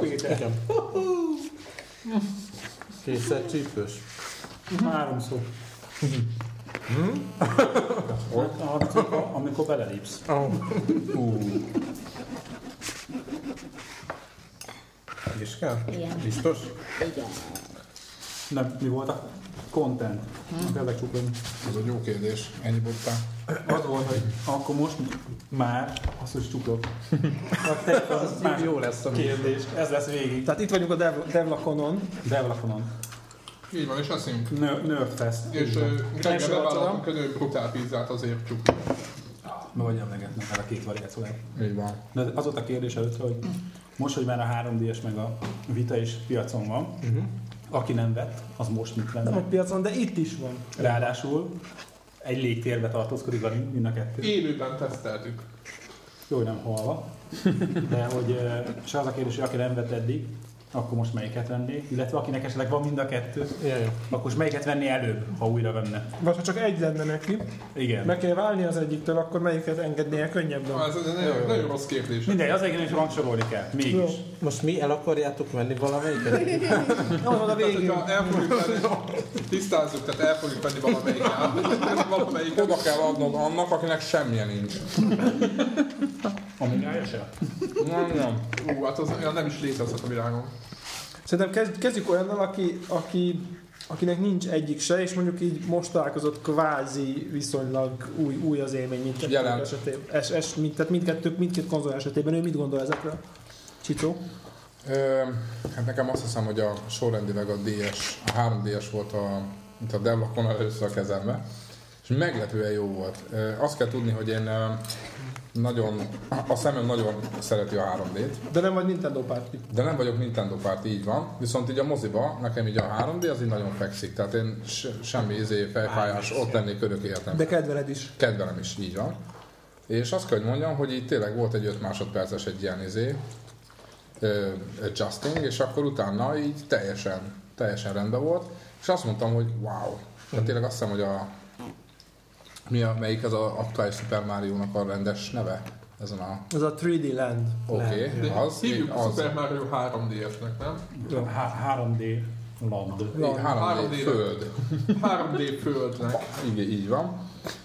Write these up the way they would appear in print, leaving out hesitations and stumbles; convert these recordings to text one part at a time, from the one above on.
Péter. Kétszer csípős. Háromszor. Amikor belelépsz. És kell? Igen. Biztos? Igen. Nem, mi volt a content? Tényleg csuklani. Ez egy jó kérdés. Ennyi buktál. Az volt, hogy akkor most már azt is csuklok. Jó lesz a kérdés. Ez lesz végig. Tehát itt vagyunk a Devlaconon. Devlaconon. Így van, és eszünk. Nerdfest. És reggel bevállaltunk egy brutál pizzát azért csukni. Ma vagy emlegetnek el a két variációját. Így van. De az volt a kérdés előtt, hogy most, hogy már a 3D-es meg a Vita is piacon van, aki nem vett, az most mit Nem lenne? a piacon, de itt is van. Ráadásul egy légtérbe tartózkodik mind a kettő. Élőben teszteltük. Jó, hogy nem halva. De hogy, és az a kérdés, hogy aki nem vett eddig, akkor most melyiket venné, illetve akinek esetleg van mind a kettő, akkor most melyiket venné előbb, ha újra venne. Vagy ha csak egy lenne neki, Igen. meg kell válni az egyiktől, akkor melyiket engednie könnyebben. Ez egy nagyon rossz kérdés. Mindegy, az egyik is rangsorolni kell, mégis. Most mi el akarjátok venni valamelyiket? Az van a végén. El fogjuk venni, tisztázzuk, tehát el fogjuk venni valamelyiket. Oda kell adnod annak, akinek semmilyen nincs. Amigája se? Nem. Hát az nem is létezhet a világon. Szerintem kezdjük olyannal, akinek nincs egyik se, és mondjuk így most találkozott kvázi viszonylag új az élmény mindkettők esetében. Tehát mindkét konzol esetében. Ő mit gondol ezekről? Csicó? Hát nekem azt hiszem, hogy a sorrendileg a 3DS volt a Devlacon először a kezembe, és meglepően jó volt. Azt kell tudni, hogy én a szemem nagyon szereti a 3D-t. De nem vagy Nintendo párti. De nem vagyok Nintendo párti, így van. Viszont így a moziba, nekem így a 3D az így nagyon fekszik. Tehát én semmi fejfájás, ott lennék örök életem. De kedveled is. Kedvelem is, így van. És azt kell, hogy mondjam, hogy így tényleg volt egy 5 másodperces egy ilyen adjusting, és akkor utána így teljesen rendben volt. És azt mondtam, hogy wow. Tehát tényleg azt hiszem, hogy melyik az a aktuális Super Mario-nak a rendes neve? Ez a 3D Land. Oké, az. Hívjuk a Super Mario 3DS-nek, nem? 3D Land. 3D Föld. 3D Földnek. Igen, így van.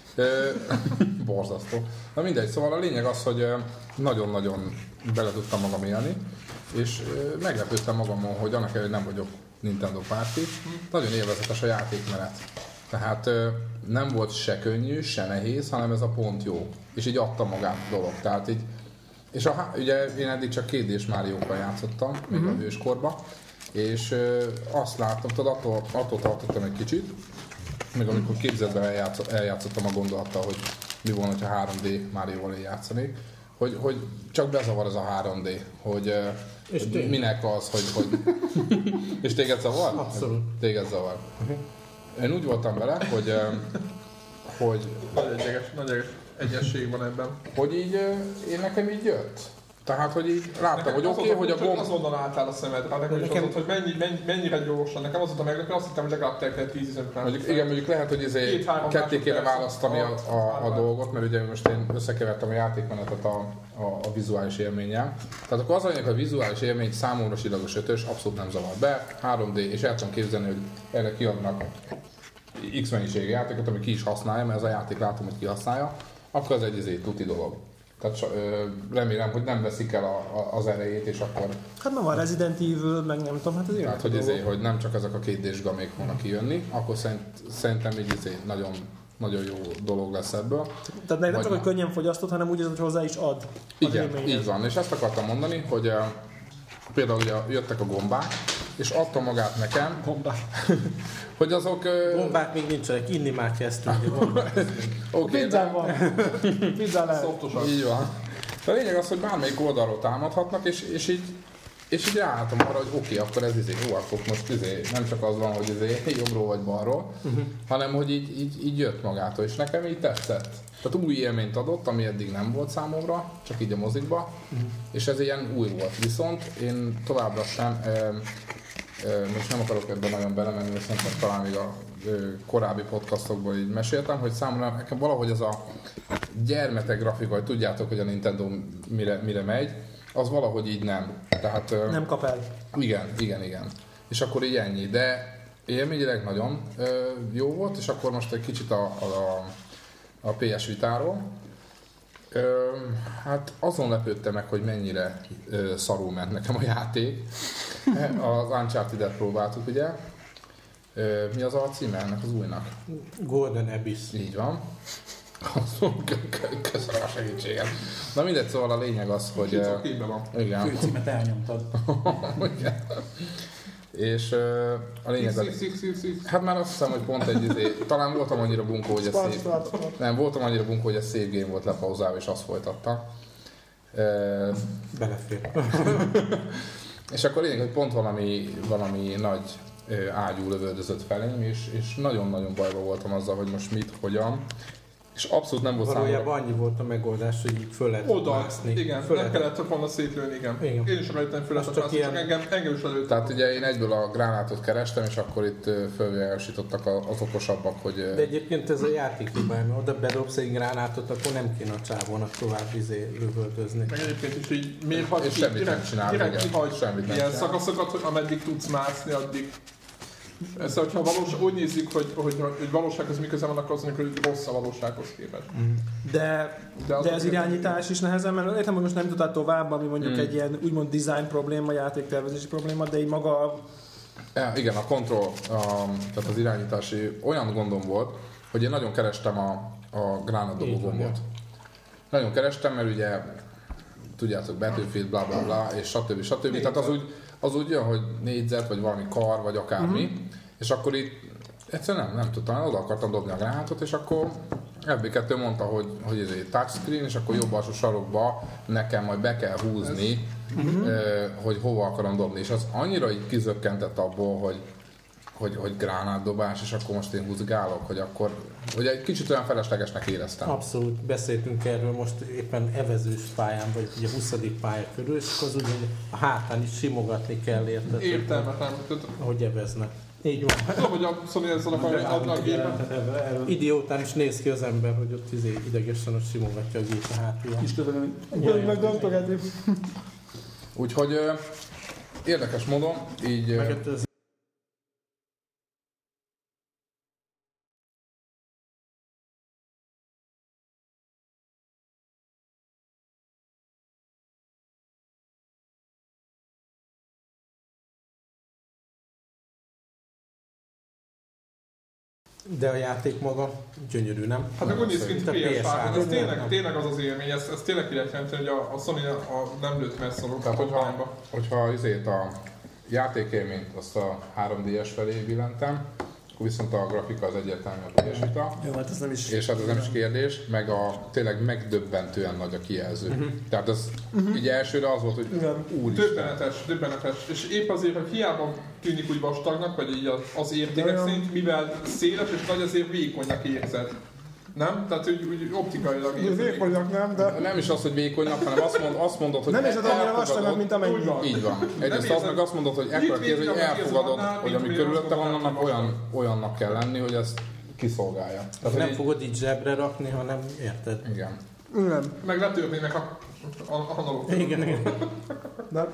Borzasztó. Na mindegy, szóval a lényeg az, hogy nagyon-nagyon bele tudtam magam élni, és meglepődtem magamon, hogy annak ellenére nem vagyok Nintendo párti, nagyon élvezetes a játékmenet. Tehát nem volt se könnyű, se nehéz, hanem ez a pont jó. És így adta magát a dolog. Tehát így, és ugye én eddig csak 2D-s Máriókkal játszottam, még a hőskorban, és azt láttam, attól tartottam egy kicsit, még amikor képzetben eljátszottam a gondolattal, hogy mi volna, ha 3D Márióval én játszanék, hogy csak bezavar ez a 3D, hogy minek az, hogy és téged zavar? Abszolút. Téged zavar. Én úgy voltam vele, hogy Nagy egyesség van ebben. hogy így, én nekem így jött. Tehát, hogy így láttam, hogy oké, hogy a gomb... Azonnal átáll a szemedre, nekem is az volt, hogy mennyire gyorsan. Nekem az volt a meglepő, azt hittem, hogy legalább kell 10-15 mondjuk lehet, hogy ketté kéne választani a dolgot, mert ugye most én összekevertem a játékmenetet a vizuális élménnyel. Tehát akkor az a vizuális élmény számomra csillagos 5-ös, abszolút nem zavar be, 3D, és el tudom képzelni, hogy erre kiadnak X mennyiségű játékot, ami ki is használja, mert ez a játék látom, hogy ki használja, akkor ez egy tuti dolog. Tehát remélem, hogy nem veszik el az erejét, és akkor... Hát nem a Resident Evil, meg nem tudom, hát ez hát, hogy nem csak ezek a 2D-s gamék fognak kijönni, akkor szerintem így nagyon, nagyon jó dolog lesz ebből. Tehát nem csak, hogy könnyen fogyasztott, hanem úgy, hogy hozzá is ad. Igen, így van. És ezt akartam mondani, hogy például ugye jöttek a gombák, és adta magát nekem, hogy azok... Gombák még nincsenek, inni már kezdtünk. Oké, Pizzán van. Pizzán lehet. Szoftosan. Így van. De a lényeg az, hogy bármelyik oldalról támadhatnak, és így ráálltam arra, hogy oké, akkor ez jó, akkor most nem csak az van, hogy jobbról vagy balról, hanem hogy így jött magától, és nekem így tetszett. Tehát új élményt adott, ami eddig nem volt számomra, csak így a mozikba, és ez ilyen új volt. Viszont én továbbra sem, most nem akarok ebben nagyon belemenni, mert szerintem talán még a korábbi podcastokból így meséltem, hogy számomra nekem valahogy ez a gyermetek grafika, hogy tudjátok, hogy a Nintendo mire megy, az valahogy így nem. Tehát, nem kap el. Igen. És akkor így ennyi. De élményileg nagyon jó volt, és akkor most egy kicsit a PS Vitáról. Hát azon lepődtem meg, hogy mennyire szarul ment nekem a játék. Az Uncharted-et próbáltuk, ugye? Mi az a címe ennek az újnak? Golden Abyss. Így van. Köszönöm a segítséget. Na mindegy, szóval a lényeg az, hogy... Igen. Főcímet elnyomtad. Igen. És a lényeg az... Hát már azt hiszem, hogy pont egy talán voltam annyira bunkó, hogy voltam annyira bunkó, hogy a save game volt lepauzálva, és azt folytattam. Belefér. És akkor lényeg, hogy pont valami nagy ágyú lövöldözött felém, és nagyon-nagyon bajba voltam azzal, hogy most mit, hogyan. És abszolút nem volt valójában annyi volt a megoldás, hogy így föl lehet mászni. Igen, nem kellett volna szétlőni, igen. Én is rajtam föl lehet mászni, csak engem is előtt. Tehát ugye én egyből a gránátot kerestem, és akkor itt fölvilágosítottak az okosabbak, hogy... De egyébként ez a játékhibály, mert oda bedobsz egy gránátot, akkor nem kéne a csávónak tovább lövöldözni. Meg egyébként is így miért hagysz és semmit nem csinál, direkt ilyen szakaszokat, hogy ameddig tudsz mászni, addig. Ezt, hogyha úgy nézzük, hogy valósághoz mi köze vannak, az hogy rossz a valósághoz képest. De az irányítás is nehezen, mert értem, hogy most nem tudtál tovább, ami mondjuk egy ilyen úgymond design probléma, játéktervezési probléma, de így maga... Igen, a control, tehát az irányítási olyan gondom volt, hogy én nagyon kerestem a gránatdobó gombot. Nagyon kerestem, mert ugye tudjátok, Battlefield, bla bla bla, és stb. Tehát az úgy jön, hogy négyzet, vagy valami kar, vagy akármi, és akkor itt egyszerűen nem tudtam, oda akartam dobni a gránátot, és akkor FB2 mondta, hogy ez egy touchscreen, és akkor jobb alsó sarokba nekem majd be kell húzni, hogy hova akarom dobni, és az annyira így kizökkentett abból, hogy gránátdobás, és akkor most én húzgálok, hogy egy kicsit olyan feleslegesnek éreztem. Abszolút, beszéltünk erről most éppen evezős pályán, vagy ugye 20. pálya körül, és az ugye a hátán is simogatni kell, érted? Értelmetlen. Hogy eveznek. Így van. Tudom, hogy a Sony ezzel adna a gépet. Idiótán is néz ki az ember, hogy ott idegesen ott simogatja a gép a hátulján. Kis tudom, meg doktorálni. Úgyhogy érdekes módon így... De a játék maga gyönyörű, nem? Hát meg úgy néz ki, mint a PS3, ez tényleg az az élmény, ez tényleg király jelenteni, hogy a Sony nem lőtt messze a kampányba. Hogyha a játékélményt azt a 3DS felé billentem, akkor viszont a grafika az egyértelmű a PS Vita. Jó, hát ez nem is... És hát ez nem is kérdés, meg tényleg megdöbbentően nagy a kijelző. Tehát ez így elsőre az volt, hogy úristen. Döbbenetes. És épp azért, hogy hiába tűnik úgy vastagnak, vagy így az értékek szerint, mivel széles és nagy, azért vékonynak érzed. Nem? Tehát úgy optikailag érzed. Vékonynak nem, de... Nem is az, hogy vékonynak, hanem azt mondod, hogy nem érzed annyira vastagnak, mint amennyi. Így van. Egyrészt az meg azt mondod, hogy ekkora kéz, hogy elfogadod, hogy ami körülötte van, annak olyannak kell lenni, hogy ezt kiszolgálja. Tehát nem fogod így zsebre rakni, hanem érted? Igen. Nem. Meg letörnének a analóg. Igen. De...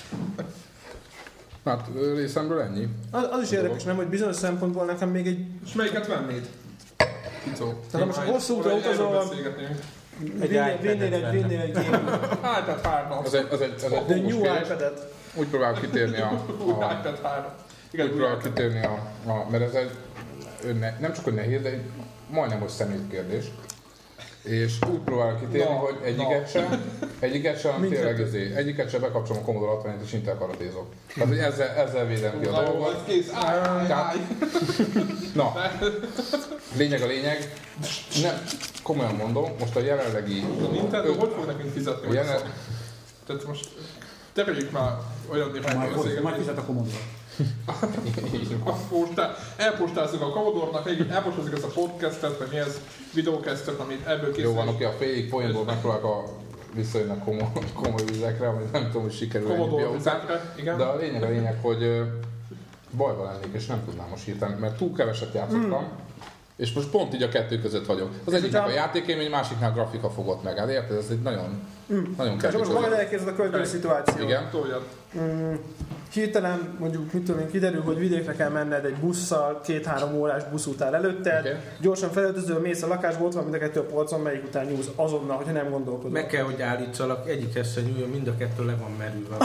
Hát részemről ennyi. Az is érdekes, nem, hogy bizonyos szempontból nekem még egy... És melyiket vennéd? Tehát most hosszú útra utazol, vinnél egy game. iPad 3. Ez egy The new iPad-et. Úgy próbálok kitérni iPad 3. Igen, úgy próbálok kitérni mert ez nem csak hogy nehéz, de majdnem hogy szemét kérdés. És úgy próbálok kitérni, hogy egyiket sem tényleg egyiket sem bekapcsolom a Commodore 64-et és interkaratézok. Tehát, hogy ezzel védem ki a dolgot. Na, lényeg a lényeg. Nem, komolyan mondom, most a jelenlegi... A Nintendo hogy fog nekünk fizetni? Tehát most tereljük már olyan néhány majd fizet a Commodore. Elpostázzuk a Commodore-nak, elpostázzuk ezt a podcastet, vagy mi ez, videócastet, amit ebből készül. Jó van, oké, a félig poénból megpróbálok visszajönnek komoly vizekre, amit nem tudom, hogy sikerül ennyi után. De a lényeg, hogy bajba lennék, és nem tudnám most hirteni, mert túl keveset játszottam. És most pont így a kettő között vagyok. Az egyiknek a játékélmény, másiknál a grafika fogott meg. Hát érted? Ez egy nagyon kettő. Most magad elkezded a költői szituáció. Igen. Hirtelen mondjuk, mit tudom én, kiderül, hogy vidékre kell menned egy busszal, 2-3 órás busz után előtted, okay. Gyorsan felöltözöl, mész a lakásba, ott van mind a kettő a polcon, melyik után nyúlsz azonnal, hogyha nem gondolkodol. Meg kell, hogy állítsalak, egyikhez se nyúljon, mind a kettő le van merülve.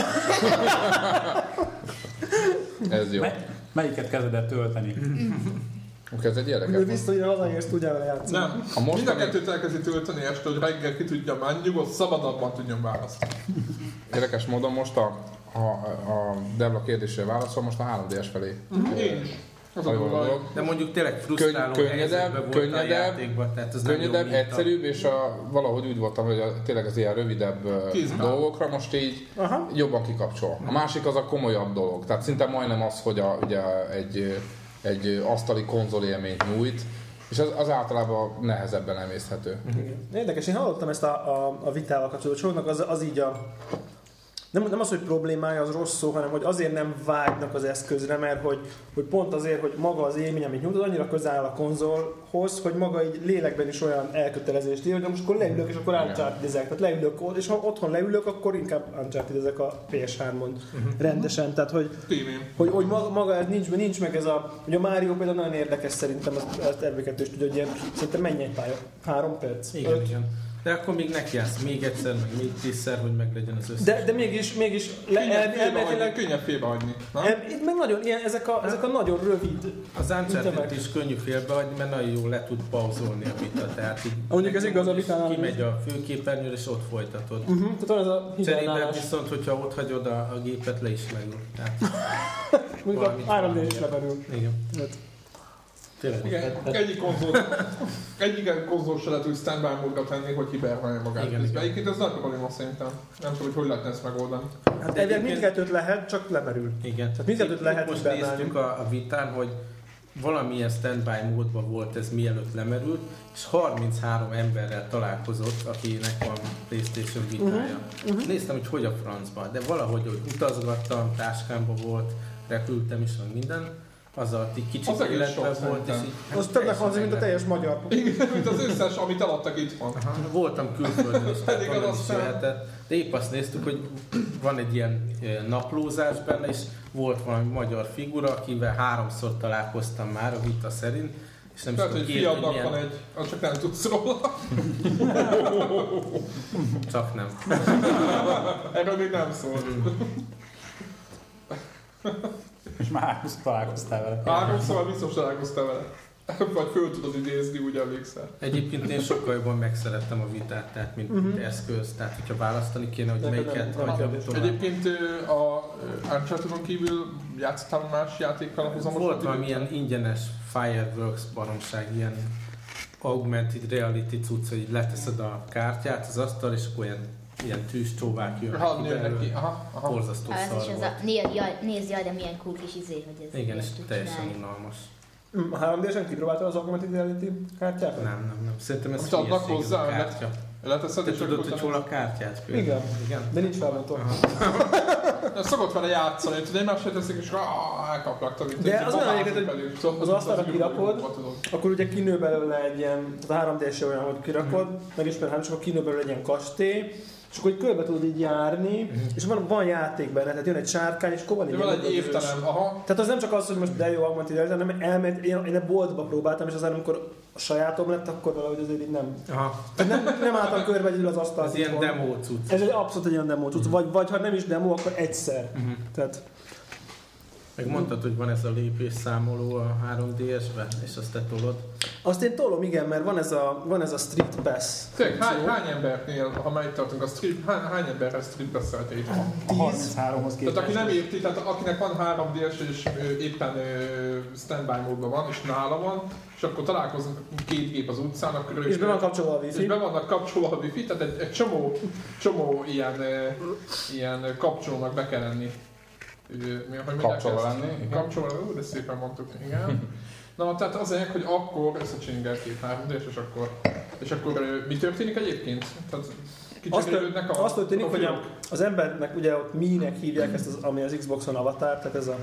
Ez jó. Melyiket kezded el tölteni? Ez egy érdekes. Visszaír hazaérsz, tudjál vele játszani. Nem, mind a kettőt elkezdi tölteni este, hogy reggel ki tudja már nyugodt, szabadabban tudjon választani. Érdekes módon most a Devla kérdésre válaszol, most a 3DS felé. Én is. De mondjuk tényleg frusztráló helyzetben volt a játékban, tehát ez könnyedebb, egyszerűbb, és valahogy úgy voltam, hogy tényleg az ilyen rövidebb dolgokra most így jobban kikapcsol. A másik az a komolyabb dolog, tehát szinte majdnem az, hogy ugye egy asztali konzol élményt nyújt, és az általában nehezebben emészthető. Érdekes, én hallottam ezt a vitával kapcsolatban, az így nem az, hogy problémája, az rossz szó, hanem hogy azért nem vágynak az eszközre, mert hogy pont azért, hogy maga az élmény, amit nyújtod, annyira közel áll a konzolhoz, hogy maga így lélekben is olyan elkötelezést ír, hogy most akkor leülök, és akkor Uncharted-ezek. Tehát leülök, és ha otthon leülök, akkor inkább Uncharted-ezek a PS3-on rendesen. Tehát, hogy maga ez nincs meg ez hogy a Mario például nagyon érdekes szerintem, azt RB2 is tudja, hogy ilyen, szerintem mennyi egy pálya? 3 perc? Igen. De akkor még nekiállsz még egyszer, meg még 10-szer, hogy meglegyen az összes. De mégis könnyebb félbehagyni. Meg nagyon ilyen, ezek a nagyon rövid. Az Uncharted is könnyű félbehagyni, mert nagyon jól le tud pauzolni a vita. Tehát így mondjuk ez igaz a vitánál. Kimegy a főképernyőre és ott folytatod. Tehát ez a cserébe viszont, hogyha ott hagyod a gépet, le is merül. Mondjuk a 3D is lemerül. Igen. Igen, egyik konzol se lehet úgy standby módra tenni, hogy hiberválja magát. Egyébként ez nagy probléma szerintem. Nem tudom, hogy lehetne ezt megoldani. Hát elvileg mindkettőt lehet, csak lemerül. Igen. Tehát mindkettőt lehet most néztük a vitán, hogy valamilyen standby módban volt ez mielőtt lemerült, és 33 emberrel találkozott, akinek van PlayStation vitája. Néztem, hogy a francban, de valahogy hogy utazgattam, táskámban volt, repültem is, meg minden. Azzal így kicsit illetve volt, és így... Az többnek van, mint a teljes magyar. Igen, mint az összes, amit eladtak itthon. Voltam külföldön is, tehát onnan is jöhetett. De épp azt néztük, hogy van egy ilyen naplózás benne, és volt valami magyar figura, akivel 3-szor találkoztam már a vita szerint. És nem tehát, hogy fiadnak milyen... van egy, csak nem tudsz róla. Csak nem. Erről még nem szólt. És már 3-szor találkoztál vele. 3-szor biztos találkoztál vele. Vagy föl tudod idézni, úgy emlékszel. Egyébként én sokkal jobban megszerettem a vitát, tehát mint eszköz. Tehát, hogyha választani kéne, hogy melyiket hagyjam tovább. Egyébként a Uncharted-on kívül játszottál más játékkal a húzamos? Volt valamilyen ingyenes Fireworks baromság, ilyen augmented reality cucc, hogy leteszed a kártyát az asztal, és akkor ilyen tűzcsóvák jönnek ki. Borzasztó szar volt. Nézd, jaj, de milyen cool kis izé, hogy ez. Igen, és teljesen unalmas. A 3D-sen kipróbáltad az augmented reality kártyát? Nem. Szerintem ez hülyeség, a kártya. Te tudod, hogy hol a kártyát? Igen, de nincs felbontva. Szokott vele játszani, hogy egymásra teszik, és elkaplak. De az olyan egyébként, hogy az asztalra kirakod, akkor ugye kinő belőle egy ilyen, tehát a 3D-se olyan, hogy kirakod, megismerem, és akkor kinő belőle egy ilyen kastély, és akkor körbe tudod így járni, és van játék benne, tehát jön egy sárkány, és akkor van egy évtelem, Tehát az nem csak az, hogy most de jó augmented reality, hanem elment, én a boltba próbáltam, és aztán amikor a sajátom lett, akkor valahogy azért így nem. Nem álltam körbe egyedül az asztal. Ez ilyen demo cucc. Ez egy abszolút egy ilyen demo cucc, vagy ha nem is demo, akkor egyszer. Tehát meg mondtad, hogy van ez a lépésszámoló a 3DS-ben, és azt te tolod? Azt én tolom, igen, mert van ez a Street Pass. Tényleg, hány embernél, ha már itt tartunk, hány emberhez Street Pass-eltél itt? A 33-hoz képest. Tehát aki nem érti, tehát akinek van 3DS és éppen standby módban van, és nála van, és akkor találkozunk két gép az utcán, akkor és be van kapcsolva a wifi. És be vannak kapcsolva a wifi, tehát egy csomó ilyen kapcsolónak be kell lenni. Kapcsolva lenni. Kapcsolva, de szépen mondtuk, igen. Na, tehát azért, hogy akkor összecsingel két 3D-s, és akkor mi történik egyébként? Tehát azt történik, hogy az embernek ugye ott Mi-nek hívják ezt, ami az Xboxon avatar, tehát ez a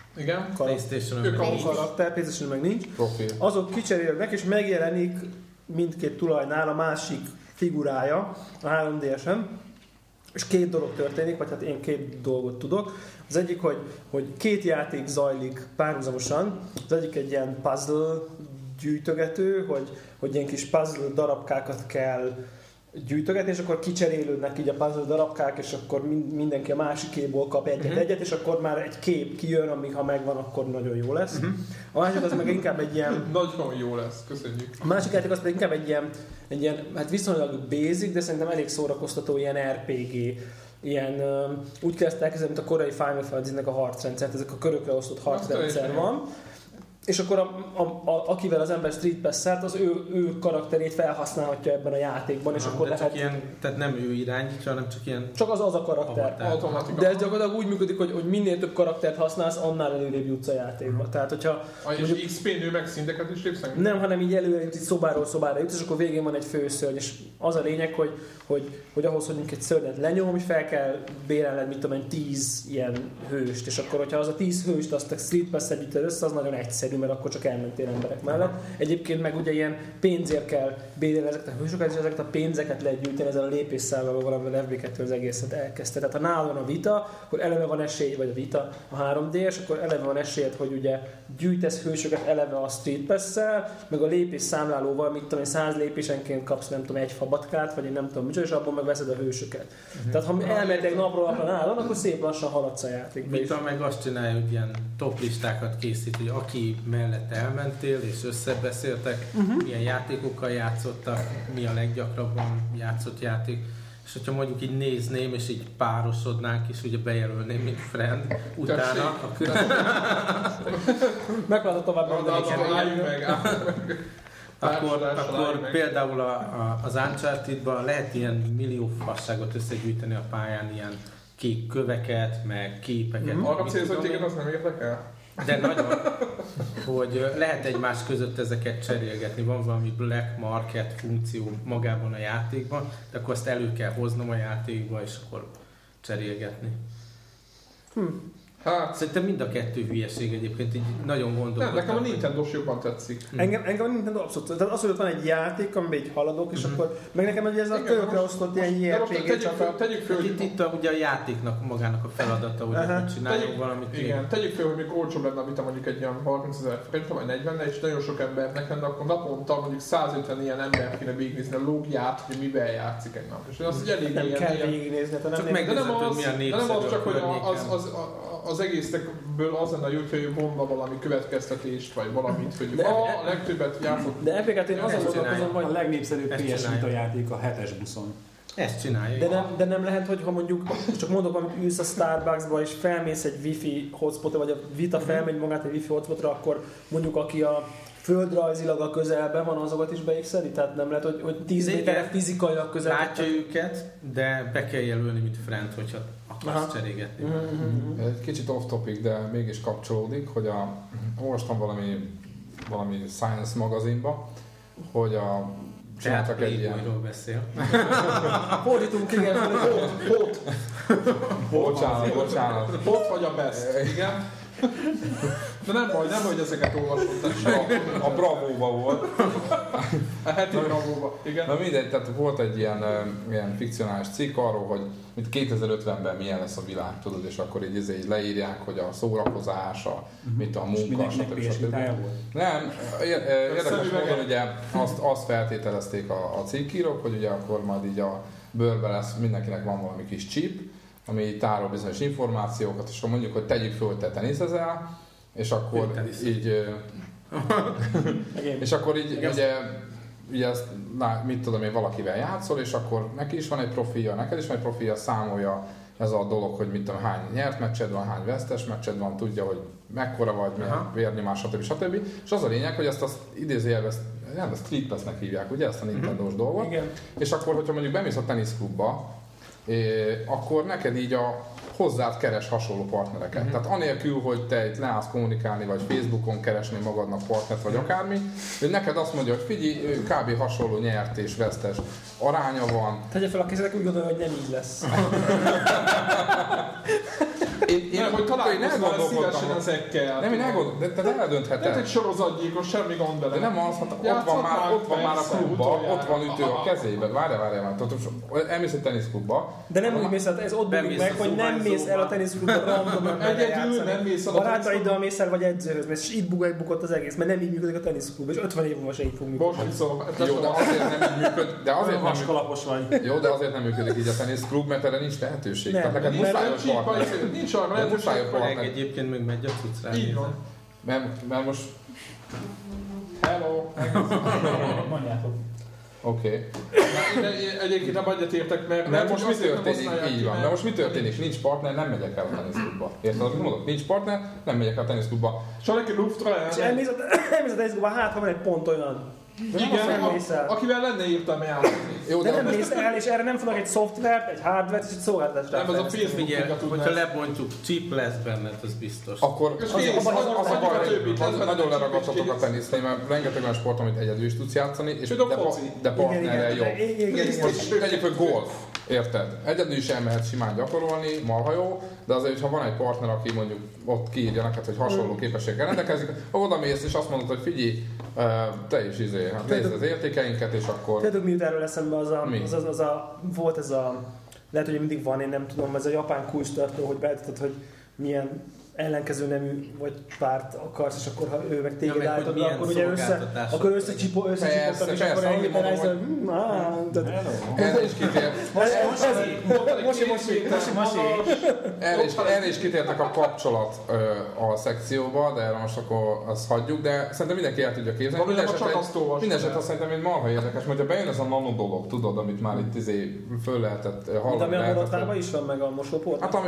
Igen. PlayStation-on karakter, PlayStation meg nincs. Profil. Azok kicserélnek, és megjelenik mindkét tulajnál a másik figurája a 3DS-en. És két dolog történik, vagy hát én két dolgot tudok. Az egyik, hogy két játék zajlik párhuzamosan. Az egyik egy ilyen puzzle gyűjtögető, hogy ilyen kis puzzle darabkákat kell gyűjtögetni, és akkor kicserélődnek így a puzzle darabkák, és akkor mindenki a másikéból kap egyet, és akkor már egy kép kijön, ami ha megvan, akkor nagyon jó lesz. A másik az meg inkább egy ilyen... Nagyon jó lesz, köszönjük. A másik játék az pedig inkább egy ilyen hát viszonylag basic, de szerintem elég szórakoztató ilyen RPG. Ilyen, úgy kezdte elkezdeni, mint a korai Final Fantasy-nek a harcrendszert, ezek a körökre osztott harcrendszer van. És akkor akivel az ember Street Pass-szert, az ő karakterét felhasználhatja ebben a játékban, és akkor lehet... Ilyen, tehát nem ő irányítja, hanem csak ilyen... Csak az a karakter. De ez gyakorlatilag úgy működik, hogy minél több karaktert használsz, annál előrébb jutsz a játékba. Tehát, hogyha... És XP nő meg szinteket is lépsz? Nem, hanem így előre jutsz, így szobáról szobára jutsz, és akkor végén van egy főszörny. És az a lényeg, hogy ahhoz, hogy egy szörnyet lenyom, és fel kell bérelned, mit tudom én, 10 ilyen hőst. És akkor, hogyha az a 10 hőst azt a Street Pass együttel össze, az nagyon egyszerű, mert akkor csak elmentél emberek mellett. Egyébként meg ugye ilyen pénzért kell bérelni ezeket a hősokat, és ezeket a pénzeket lehet gyűjteni ezzel a lépésszállal, valamivel FB2 az egészet elkezdte. Tehát ha nálad van a Vita, akkor eleve van esély, vagy a Vita, a 3D-s, akkor eleve van esélyed, hogy ugye gyűjtesz hősöket eleve a Street Pass-szel, meg a lépésszámlálóval, mit tudom én, 100 lépésenként kapsz nem tudom egy fabatkát, vagy én nem tudom micsoda, és abból meg veszed a hősöket. Tehát ha elmentek napról napra nálad, akkor szép lassan haladsz a játékba. Vita meg azt csinálja, hogy ilyen top listákat készít, hogy aki mellett elmentél és összebeszéltek, milyen játékokkal játszottak, mi a leggyakrabban játszott játék. És hogyha mondjuk így nézném, és így párosodnánk, és ugye bejelölném, mint friend, utána akkor... Megváltott tovább akkor például az Uncharted-ban lehet ilyen millió fasságot összegyűjteni a pályán, ilyen kék köveket, meg képeket. Arra célzott téged, az nem érdekel? De nagyon, hogy lehet egymás között ezeket cserélgetni. Van valami black market funkció magában a játékban, de akkor azt elő kell hoznom a játékba, és akkor cserélgetni. Hát. Szerintem mind a kettő hülyeség egyébként, így nagyon gondolkodtam. Nem, nekem a Nintendo-s jobban tetszik. Engem a Nintendo abszolút. Tehát az, hogy ott van egy játék, amiben így haladok, és akkor meg nekem ugye ez a körökre osztott ilyen JRPG csata. Tegyük föl, hogy itt ugye a játéknak magának a feladata, hogy csináljunk valamit. Igen, tegyük föl, hogy még olcsóbb lenne, amit mondjuk egy ilyen 30 000 forint, vagy 40, és nagyon sok embernek lenne, akkor naponta mondjuk 150 ilyen ember kéne végignézni a lógiát, hogy miben játszik egy nap. És az elég nem kell végignézni, de nem az csak, hogy az egészekből az lenne jó, hogy vonna valami következtetést, vagy valamit, hogy a legtöbbet játszott. De epiket én azon gondolkozom, hogy a legnépszerűbb PS Vita játék a 7-es buszon. Ezt csinálja. De nem lehet, hogy ha mondjuk, csak mondok, amit ülsz a Starbucksba, és felmész egy wifi hotspotra, vagy a Vita felmegy magát egy wifi hotspotra, akkor mondjuk aki a földrajzilag a közelben van, azokat is beikszeli? Tehát nem lehet, hogy 10 méterre fizikailag közel. Látja őket, de be kell jelölni, mint friend, hogyha akarsz cserégetni. Egy kicsit off topic, de mégis kapcsolódik, hogy olvastam valami science magazinba, hogy csináltak egy ilyen... beszél. Fordítunk, igen, hot. Bocsánat. Hot vagy a best, igen. De nem baj, hogy ezeket olvasott. A Bravóba volt. A heti Bravóba, igen. Na mindegy, tehát volt egy ilyen fikcionális cikk arról, hogy mint 2050-ben milyen lesz a világ, tudod, és akkor így leírják, hogy a szórakozás, mit a munka, stb. Nem, érdekes módon ugye azt feltételezték a cikkírók, hogy ugye akkor majd így a bőrbe lesz, mindenkinek van valami kis chip, ami tárol bizonyos információkat, és akkor mondjuk, hogy tegyük föl, hogy te teniszezel, és akkor így... és akkor így ugye ezt, mit tudom én, valakivel játszol, és akkor neki is van egy profilja, neked is van egy profilja, számolja ez a dolog, hogy mit tudom, hány nyert meccsed van, hány vesztes meccsed van, tudja, hogy mekkora vagy, milyen vérnyomás, stb. És az a lényeg, hogy ezt az idézőjelben, nem, ezt Street Pass-nek hívják, ugye, ezt a Nintendo-s dolgot. Igen. És akkor, hogyha mondjuk bemész a teniszklubba, akkor neked így hozzád keres hasonló partnereket. Tehát anélkül, hogy te itt leállsz kommunikálni, vagy Facebookon keresni magadnak partnert, vagy akármi, hogy neked azt mondja, hogy figyelj, kb. Hasonló nyert és vesztes aránya van. Tegye fel a kezedek, úgy gondolja, hogy nem így lesz. Nem, hogy találkoznál szívesen ezekkel. Nem, én elgondoltam, de te eldöntheted. Tehát egy sorozatgyilkos, semmi gond vele. De nem az, hát ott van már a klubba, ott van ütő a kezében. Várjál. Elmész egy teniszklubba. De nem úgy mész el, ez ott bújik meg, hogy nem mész el a teniszklubba random egyedül nem mész el a barátaiddal mész el, vagy edzőhöz mész, és itt bukott az egész, mert nem így működik a teniszklub, és 50 év múlva se így fog működni. Jó, de azért nem így működik. De azért vaskalapos vagy. Jó, de azért nem működik így a teniszklub, mert erre nincs lehetőség. Tehát neked muszáj a partner. Nincs arra lehetőség. Egyébként meg megy a cuccra. Így van. Mert most... Hello. Mondjátok. Oké. Egyébként nem egyetértek, mert most mi történik? Így van. De most mi történik? Nincs partner, nem megyek el a teniszklubba. Érted, amit mondok? Nincs partner, nem megyek el a teniszklubba. Saleki luftra el. És elmész a teniszklubba, hát ha van egy pont olyan. Igen, akivel lenne írtam el. De nem mész el, és erre nem fognak egy szoftvert, egy hardvert és egy szolgáltatást. Nem, az a Facebook-ot hogyha lebontjuk, chip lesz benned, az biztos. Akkor az a baj, nagyon leragadtatok a tenisznél, mert rengeteg olyan sport, amit egyedül is tudsz játszani, és de partnerrel jobb. Egyébként golf. Érted? Egyedül is elmehet simán gyakorolni, marha jó, de azért, ha van egy partner, aki mondjuk ott kiírja neked, hogy hasonló képességgel rendelkezik, oda mész és azt mondod, hogy figyelj, te is nézd az értékeinket, és akkor... Tudod, mi jut erről eszembe, volt ez a, lehet, hogy mindig van, én nem tudom, ez a japán kulcstartó, hogy beállítod, hogy milyen ellenkező nemű vagy párt akarsz, és akkor ha ő meg téged állítod, akkor ugye összecsipoltak, és akkor elhitelájsz, Erre is kitért. Erre is kitértek a kapcsolat a szekcióba, de erre most akkor azt hagyjuk, de szerintem mindenki el tudja képzelni. Mindenesetre szerintem egy marha érdekes, mert ha bejön ez a nano dolog, tudod, amit már itt föl lehetett hallani. De ami a Monotlában is van, meg a mosóport? Hát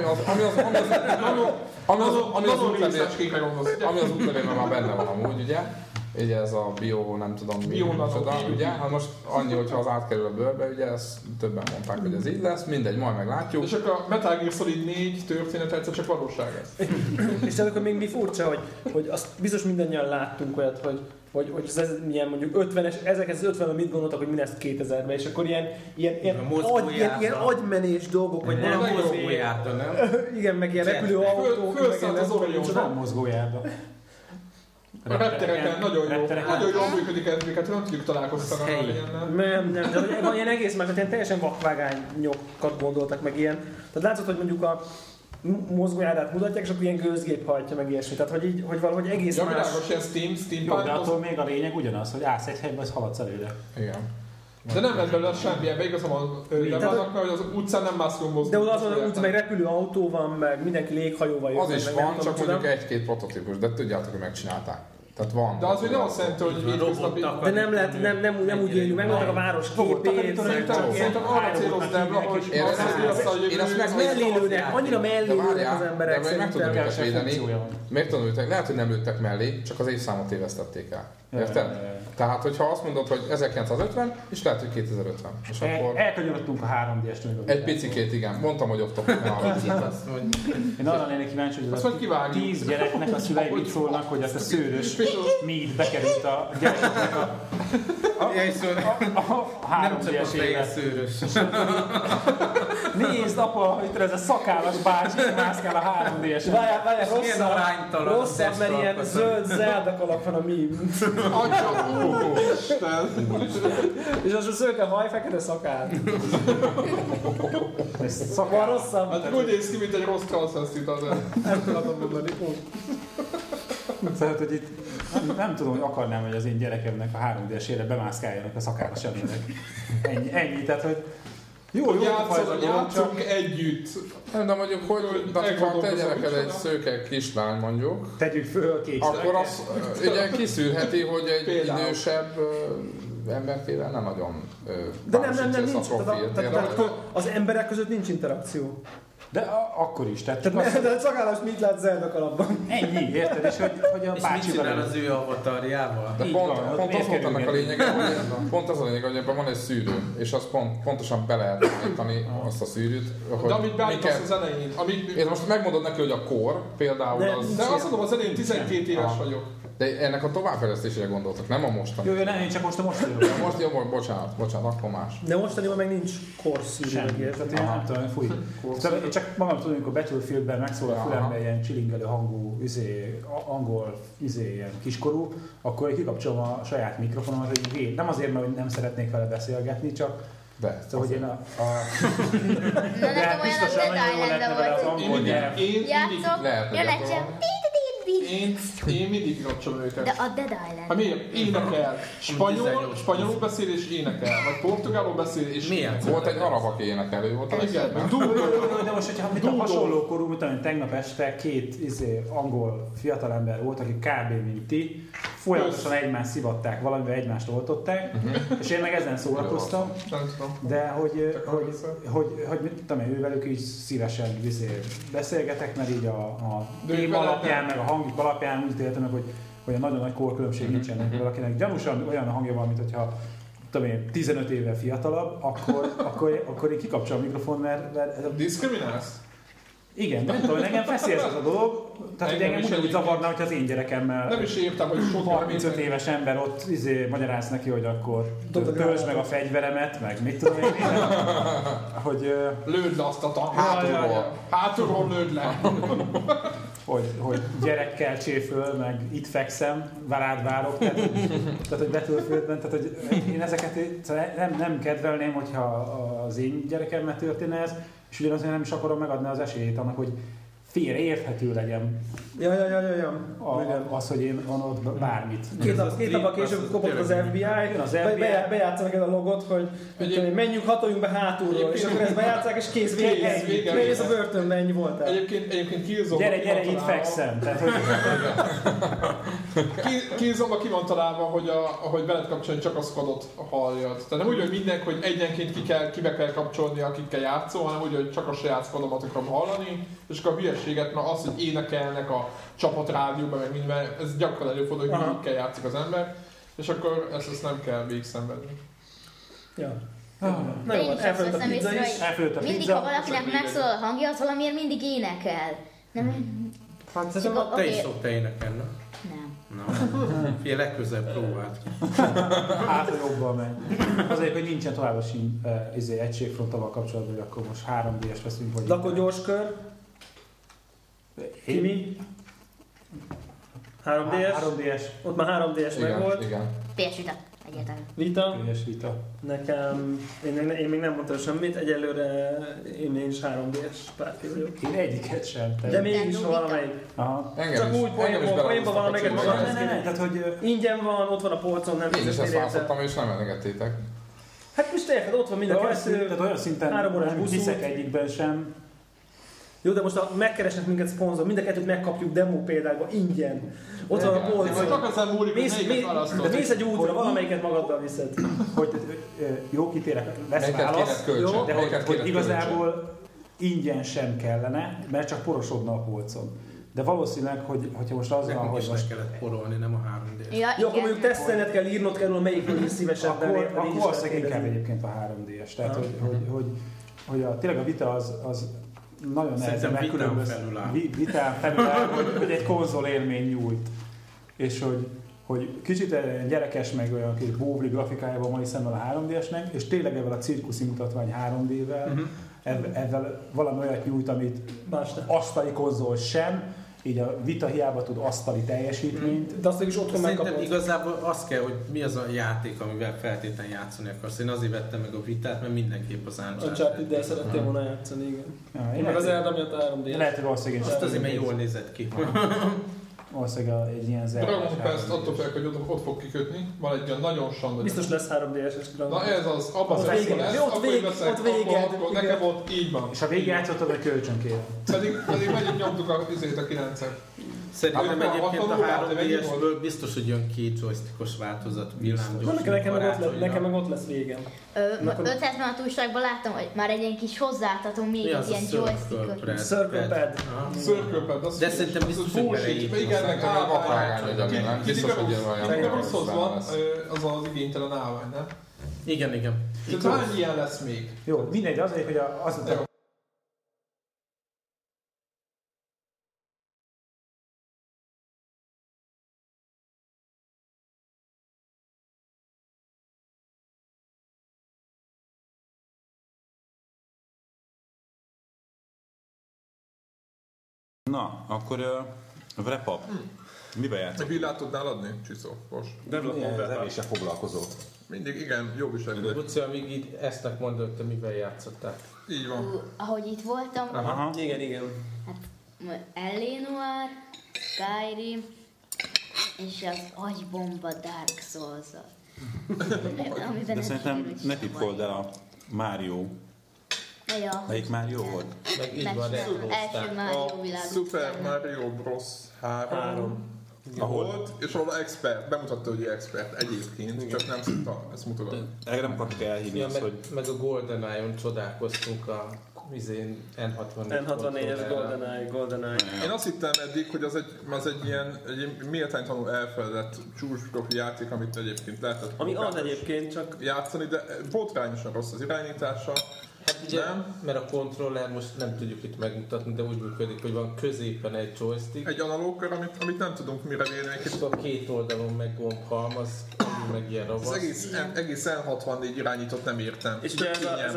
ami az útlevélben már benne van amúgy, ugye? Ugye ez a bio, nem tudom mi, ugye? Hát most annyi, hogyha az átkerül a bőrbe, ugye ezt többen mondták, hogy ez így lesz, mindegy, majd meglátjuk. És akkor a Metal Gear Solid 4 történet egyszer csak valóság ez. És akkor még mi furcsa, hogy azt biztos mindannyian láttunk olyat, hogy ez milyen mondjuk 50-es, 1950-ben mit gondoltak, hogy mi lesz 2000-ben, és akkor ilyen agymenés dolgok, hogy nem mozgójárda, nem? Igen, meg ilyen repülőautók, fölszállt az Orion. Nem mozgójárda. A reptereken nagyon jól működik ez, miket nem tudjuk találkoztatni a ilyennel. Nem, de ilyen egész más, ilyen teljesen vakvágányokat gondoltak meg ilyen. Tehát látszott, hogy mondjuk a mozgójárdát mutatják, és akkor ilyen gőzgép hajtja meg ilyesmi. Tehát, hogy valahogy egész más... Világos, ilyen Steam jó, de attól még a lényeg ugyanaz, hogy állsz egy helyben, az haladsz előre. Igen. De nem lett belőle semmilyen, de igazából vannak, mert az utcán nem mászkunk mozgunk. De oda azon az utcán meg repülő autó van, meg mindenki léghajóval jön. Az is van, csak mondjuk egy-két prototípus, de tudjátok, hogy megcsinálták. Tehát van. De az még nem azt jelenti, hogy hétköznapi... De nem lehet, nem úgy éljük, megmondták a város képét. Szerintem arra céloznám, hogy mellélőnek, annyira mellélőnek az emberek. De meg tudom őket védeni. Miért tudom őket? Lehet, hogy nem lőttek mellé, csak az évszámot tévesztették el. Érted? Tehát, hogyha azt mondod, hogy 1950, és lehet, hogy 2050. És akkor... Elkanyarodtunk a 3D-est még. Egy picikét, igen. Mondtam, hogy off-topic. Én arra lennék kíváncsi, hogy az a 10 gyereknek a szülei mit szólnak, hogy ezt a szőrös míd bekerült a gyerekeknek a 3D-es élet. Nézd, apa, itt ez a szakállas bácsi, mászkál a 3D-es. Várjál, rosszabb, mert ilyen zöld zelda kalap van a mím. Isten! És az a szőke haj, fekete szakál. Szakál rosszabb. Hát úgy néz ki, mint egy rossz transvestit az el. Nem tudom mondani. Szóval, hogy itt nem tudom, hogy akarnám, hogy az én gyerekemnek a 3D-esére bemászkáljanak a szakállas emberek. Ennyi, tehát hogy jó, játszunk együtt. Nem, de mondjuk, hogy ha te gyereked egy szőke kislány mondjuk, tegyük föl kék akkor az ugye kiszűrheti, hogy egy idősebb emberkével nem nagyon de nem nincs. Az emberek között nincs interakció. De akkor is. Tehát de a szakállas mit lát Zelda kalapban? Ennyi, érted? És hogy a bácsival... És mit csinál az ő avatarjával? De pont az volt ennek a lényege, pont az a lényege, hogy ebben van egy szűrő, és azt pontosan be lehet állítani azt a szűrőt. De amit beállítasz az elején... Én most megmondod neki, hogy a kor például az... De azt mondom, az elején 12 éves vagyok. De ennek a továbbfejlesztésére gondoltak, nem a mostani. Jó, nem, én csak most a mostani. Most jó, bocsánat, akkor más. De mostaniban meg nincs korszűrű egész. Tehát én nem tudom, fúj. Én csak magam tudom, amikor Battlefieldben megszólal a fülembe ilyen csilingelő hangú, angol, ilyen kiskorú, akkor én kikapcsolom a saját mikrofonomat, hogy nem azért, mert nem szeretnék vele beszélgetni, csak de, szóval, hogy én de biztosan nagyon jól lehetne vele az angol nyelv. Játszok, jön egy sem. Én mindig kapcsolom őket. De a Dead Island. Hát miért? Énekel. Spanyolul beszél és énekel. Vagy portugálul beszél és énekel. Volt egy arab, aki énekelő volt. Igen, meg de most, hogyha hasonló korú, mint amint tegnap este két angol fiatalember volt, akik kb. Mint ti, folyamatosan egymást szivatták, valamivel egymást oltották, és én meg ezen szórakoztam, de hogy mit tudom én, ővelük így szívesen beszélgetek, mert így a téma alapján, meg a hangjuk alapján úgy éltem meg, hogy a nagyon nagy korkülönbség nincsen valakinek. Gyanúsan olyan hangja van, mint hogyha tudom én, 15 évvel fiatalabb, akkor én kikapcsolom a mikrofon, mert diszkriminálsz? Igen, de nem tudom, engem feszélyez ez a dolog, tehát hogy engem ugyanúgy zavarna, hogyha az én gyerekemmel nem is értem, hogy sok 35 éves ember ott magyaráz neki, hogy akkor töltsd meg a fegyveremet, meg mit tudom én, hogy... Lőd le azt a hátulról. Hátulról lőd le. hogy gyerekkel cséföl, meg itt fekszem, rád várok, tehát hogy Battlefieldben, tehát hogy én ezeket nem kedvelném, hogyha az én gyerekemmel történne ez, és ugyanazért nem is akarom megadni az esélyét annak, hogy félreérthető legyen az, hogy én van ott bármit. Két napban később kopott az FBI, bejátszanak el a logot, hogy menjünk, hatoljunk be hátulról, és akkor ezt bejátszák, és kész, vége. Mész a börtönben, ennyi voltál. Egyébként Killzone-ba gyere, itt fekszem. Killzone-ba ki van találva, hogy veled kapcsolni csak a squadot halljad. Tehát nem úgy, hogy mindenki, hogy egyenként kibe kell kapcsolni, akikkel játszol, hanem úgy, hogy csak a saját squadomat akarom hallani, és akkor a hülyeséget, mert az, hogy énekelnek a csapatrádióban, meg minden, ez gyakran előfordul, hogy mindikkel játszik az ember, és akkor ezt nem kell végigszenvedni. Ja. Na jó, elfölött a pizza is. Mindig, ha valakinek megszólal a hangja, az valamiért mindig énekel. Te is szoktál énekelni, nem? Nem. Fél legközelebb próbált ki. Hát, hogy jobban megy. Azért, hogy nincsen továbbra sin egységfronttal kapcsolatban, hogy akkor most 3D-es veszünk, vagy... De akkor gyors kör. Kimi? 3DS? 3DS. Ott már 3DS meg volt. Igen. PS Vita. Egyáltalán. Vita? PS Vita. Nekem, én még nem mondtam semmit, egyelőre én is 3DS párti vagyok. Én egyiket sem. De mégis valamelyik. Aha. Csak úgy poénban valamelyiket magamhoz tehát, hogy ingyen van, ott van a polcon, nem én is ezt választottam, és nem engedtétek. Hát most érted, ott van mind a kettő. Tehát olyan szinten nem hiszek egyikben sem. Jó, de most megkeresnek minket szponzor, mind a kettőt megkapjuk demo példákban ingyen. Ott van a polcon. Csak aztán múlik, hogy melyiket választod. De mész egy útra, valamelyiket magaddal viszed. Hogy jó, kitérek, lesz válasz, de hogy igazából ingyen sem kellene, mert csak porosodna a polcon. De valószínűleg, hogyha most az van, hogy most kellett porolni, nem a 3D-s. Ja, jó, akkor mondjuk tesztelned kell, írnod kell, melyikről is szívesebben. Akkor valószínűleg inkább egyébként a 3D-es. Tehát, hogy tényleg a Vita az nagyon nehezen megkülönböz. Vitán felüláll, hogy egy konzol élmény nyújt. És hogy kicsit gyerekes, meg olyan kis bóvli grafikájában van szemben a 3D-esnek, és tényleg ebben a cirkuszi mutatvány 3D-vel, ezzel valami olyat nyújt, amit asztali konzol sem, így a Vita hiába tud asztali teljesítményt. De azt is otthon megkapod. Szerintem igazából az kell, hogy mi az a játék, amivel feltétlenül játszani akarsz. Én azért vettem meg a Vitát, mert mindenképp az Uncharted-del szerettél volna játszani, igen. Ja, én meg az Zelda miatt 3D. Lehet, hogy valószínűleg azt azért, mert jól nézett ki. Valószínűleg egy ilyen Zelda. Dragon Quest attól fel, hogy ott fog kikötni, van egy olyan nagyon sandor. Biztos lesz 3DS-es Dragon Quest. Na ez az, abban az vége lesz, ott vége. Nekem ott így van. És ha végigjátszottad, hogy kölcsönkérem. Pedig megint nyomtuk a 9-et. Szerintem egyébként a 3DS-ből biztos, hogy jön 2 joystickos változat, villámgyors. Nekem meg ott lesz végem. 576 újságban láttam, hogy már egy ilyen kis hozzáadható még egy ilyen joystickot. Circle pad. De szerintem biztos, hogy beleépül. Igen, meg állvány legyen, nem? Biztos, hogy olyan rosszhoz van, az az igénytelen állvány, nem? Igen. Tehát hány ilyen lesz még? Jó, mindegy, azért, hogy az Na, akkor wrap up. Mivel játszottunk? Villát tudnál adni, Csiszó? Most. Az evéssel foglalkozó. Mindig, igen, jó viselkedés. Luci, amíg így Esznek mondod, hogy te mivel játszottál? Így van. Ahogy itt voltam, Igen. hát Eleanor, Skyrim, és az agybomba Dark Souls-al. De szerintem ne tippold el a Mario. Ja. Melyik Mario volt? Meg így van, első Mario világ. Super Mario Bros. 3. Volt, és ahol expert, bemutatta, hogy expert egyébként, csak nem szokta ezt mutogatni. Erre nem akartuk elhívni azt, hogy... Meg a GoldenEye-on csodálkoztunk a N64-es GoldenEye. Én azt hittem eddig, hogy az egy ilyen méltánytalanul elfeledett csúcsprofi játék, amit egyébként lehetett Ami az egyébként csak... játszani, de botrányosan rossz az irányítása. Hát ugye, mert a kontroller most nem tudjuk itt megmutatni, de úgy működik, hogy van középen egy joystick. Egy analógkör, amit nem tudunk mire vélni. És a két oldalon meg gombhalmaz, meg ilyen ravasz. Az egész N64 irányított nem értem. És ugye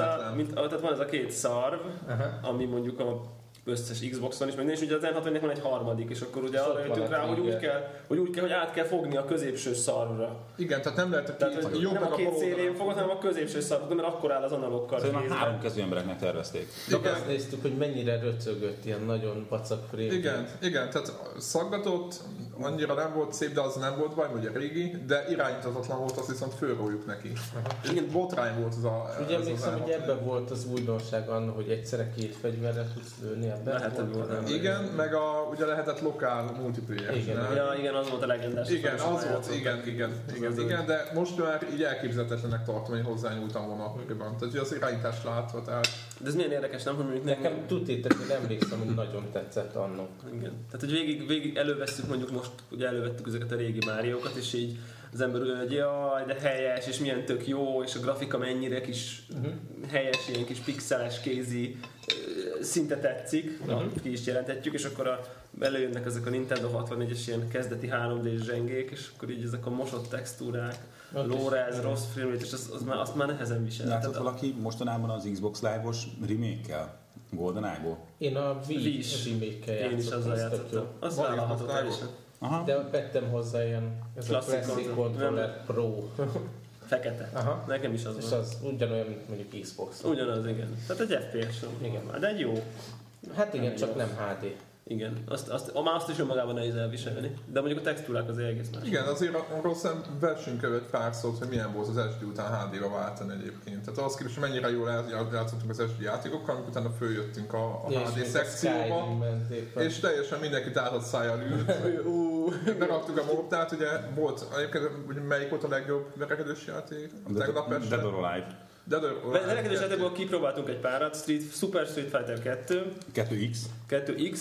tehát van ez a két szarv, ami mondjuk a összes Xboxon is, meg és ugye az N64-nek van egy harmadik, és akkor ugye arra jöttünk rá, hogy úgy kell, hogy át kell fogni a középső szarvra. Igen, tehát nem lehet a két nem a két szélén fogod, hanem a középső szarvra, mert akkor áll az analókkal. Szóval már 3 kezű embereknek tervezték. Csak azt néztük, hogy mennyire röcögött, ilyen nagyon vacak frame. Igen, tehát szaggatott, annyira nem volt szép, de az nem volt baj, ugye régi, de irányítatatlan volt, azt viszont fölrójuk neki. Igen, botrány volt az a... Ugye emlékszem, hogy ebben volt az újdonság annak, hogy egyszerre két fegyverrel tudsz lőni. Igen, meg ugye lehetett lokál multiplayer. Igen, az volt a legendás. Igen, az volt, igen, de most már így elképzelhetetlenek tartom, hogy hozzányúltam volna akkoriban. Tehát az irányítást látva, tehát... De ez milyen érdekes, nem? Hogy nekem tudtétek, hogy emlékszem, hogy nagyon tetszett annak. Igen. Tehát, hogy végig elővesszük, mondjuk most ugye elővettük ezeket a régi Máriókat, és így az ember úgy, hogy jaj, de helyes, és milyen tök jó, és a grafika mennyire kis helyes, ilyen kis pixeles, kézi, szinte tetszik, ki is jelenthetjük, és akkor előjönnek ezek a Nintendo 64-es ilyen kezdeti 3D-s zsengék, és akkor így ezek a mosott textúrák, low-res, rossz framerate, és azt már nehezen visel. Látott valaki mostanában az Xbox Live-os remake-kel? GoldenEye-ból? Én a Wii remake-kel játszottam. Én is azzal játszottam. Azt vállalható teljesen. De vettem hozzá ilyen Classic Controller Pro. Fekete. Nekem is az és van. És az ugyanolyan, mint mondjuk Xbox. Ugyanaz, igen. Tehát egy FPS-on. Igen. De egy jó. Hát igen, csak nem HD. Igen, azt is önmagában nehéz elviselni, de mondjuk a textúrák azért egész más. Igen, azért arról versünk követ pár szót, hogy milyen volt az SD után HD-ra váltani egyébként. Tehát az képest, mennyire jól játszottunk az SD játékokkal, amikor utána följöttünk a HD szekcióba, és teljesen mindenkit átad szájjal ült. Beraktuk a Mortalt, ugye volt, egyébként melyik volt a legjobb verekedős játék? Dead or Alive. Verekedős játékból kipróbáltunk egy párat, Super Street Fighter 2. 2X.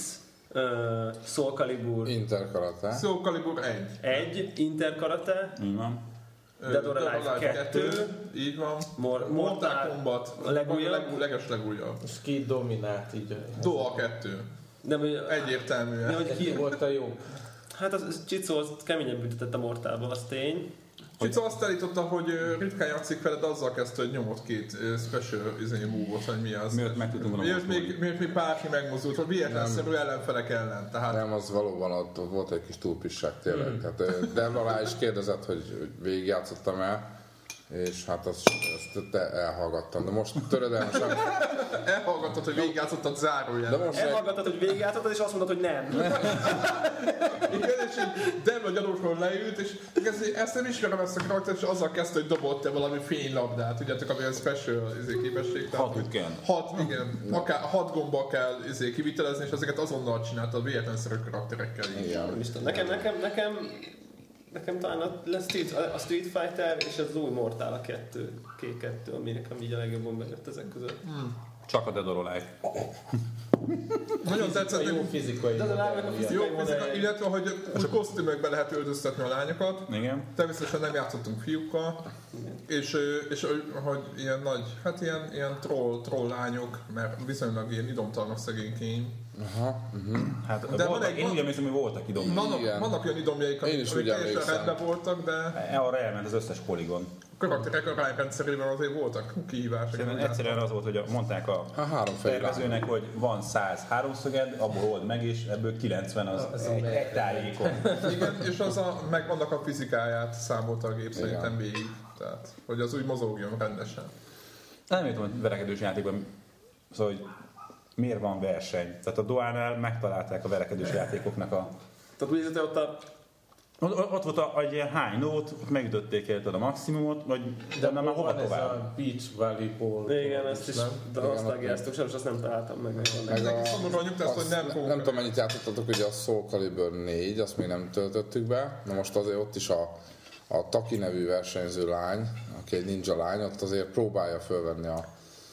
Soul Calibur. Interkarate. Soul Calibur 1. Interkarate. Így van. Dead or Alive 2. Így van. Mortal Kombat. A legújabb. Legeslegújabb. És ki dominált így. Doha 2. Egyértelműen. Hogy ki volt a jó? Hát az Csicó keményebb büntetett a Mortalba, az tény. Csicó azt állította, hogy ritkán játszik veled, azzal kezdte, hogy nyomott két special move-ot, hogy mi az. Miért még bárki megmozdult, hogy véletlenszerű ellenfelek ellen. Tehát... Nem, az valóban ott volt egy kis túlpisság tényleg. Tehát Devla is kérdezett, hogy végigjátszottam el, és hát azt elhallgattam. De most töredelmesen... Elhallgattad, hogy végigjátszottad zárójel. Elhallgattad, hogy végigjátszottad, és azt mondtad, hogy nem. Igen, és Devla gyanúsról leült, és ezt nem ismerem ezt a karaktert, és azzal kezdte, hogy dobott te valami fénylabdát, tudjátok, ami a special képesség. 6 úgy kell. 6 gomba kell kivitelezni, és ezeket azonnal csinálta a véletlenszerű karakterekkel is. Igen. Nekem talán a Street Fighter és az új Mortal a 2, kék 2, ami nekem így a legjobban bejött ezek között. Csak a Dead or Alive. Nagyon tetszett. Jó fizikai modell. Illetve, hogy kosztümökbe lehet öltöztetni a lányokat. Igen. Természetesen nem játszottunk fiúkkal. És hogy ilyen nagy, hát ilyen troll lányok, mert viszonylag ilyen idomtalanok szegénykény. Hát de én úgy emlékszem, hogy voltak idomjaik. Vannak olyan idomjaik, amik teljesen rendben voltak, de... Arra elment az összes poligon. karakterek arányrendszerében azért voltak kihívások. Szerintem egyszerűen az volt, hogy mondták a tervezőnek, hogy van 100 háromszöged, abból old meg, és ebből 90 az egy tájékon. Igen, és meg annak a fizikáját számolta a gép szerintem végig. Tehát, hogy az úgy mozogjon rendesen. Nem értem, hogy verekedős játékban, szóval, hogy miért van verseny. Tehát a Doánál megtalálták a verekedős játékoknak a... Tehát úgy ott a... Ott volt egy ilyen high note, ott megütötték el a maximumot, de nem már hova tovább. Ez a beach volleyball. Igen, ezt is osztályáztuk, sajnos azt nem találtam meg. Nem tudom, mennyit játszottatok, ugye a Soul Calibur 4, azt még nem töltöttük be. Na most azért ott is a Taki nevű versenyző lány, aki egy ninja lány, ott azért próbálja fölvenni a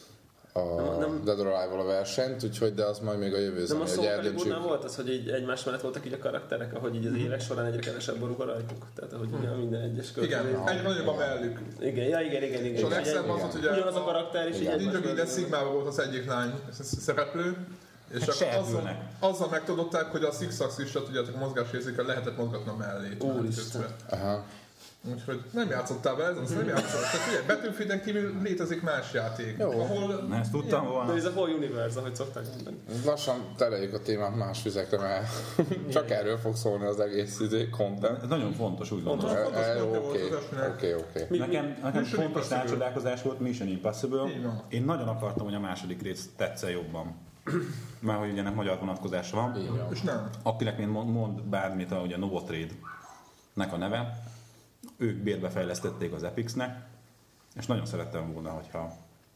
Dead or Alive-val a versenyt, úgyhogy de az majd még a jövő zene, hogy eldöntsük. Nem volt az, hogy így egymás mellett voltak így a karakterek, ahogy így az évek során egyre kevesebb borúga rajtuk. Tehát ahogy minden egyes költözés. Igen, egyre nagyobb a mellük. Igen. És a legszebb az, hogy ugyanaz a karakter is így egymás mellett. Ninja Sigmában volt az egyik lány szereplő, és azzal megtudották, hogy a Six Axis-ra tudjátok mozgásérzékkel lehetett mozgatni a mellét. Úristen. Úgyhogy nem játszottál be ezen, nem játszottál. Tehát ugye, Battlefielden kívül létezik más játék. Jó. Ahol... Ezt tudtam volna. De ez a whole universe, ahogy szokták mondani. Lassan tereljük a témát más vizekre, mert csak erről fog szólni az egész content. Ez nagyon fontos, úgy gondolom. Oké. Nekem fontos rácsodálkozás volt Mission Impossible. Én nagyon akartam, hogy a második rész tetszen jobban. Már hogy ugye ennek magyar vonatkozása van. És nem. Akinek még mond bármit, ugye Novotrade-nek a neve. Ők bérbe az Epicsnek, és nagyon szerettem volna, hogyha...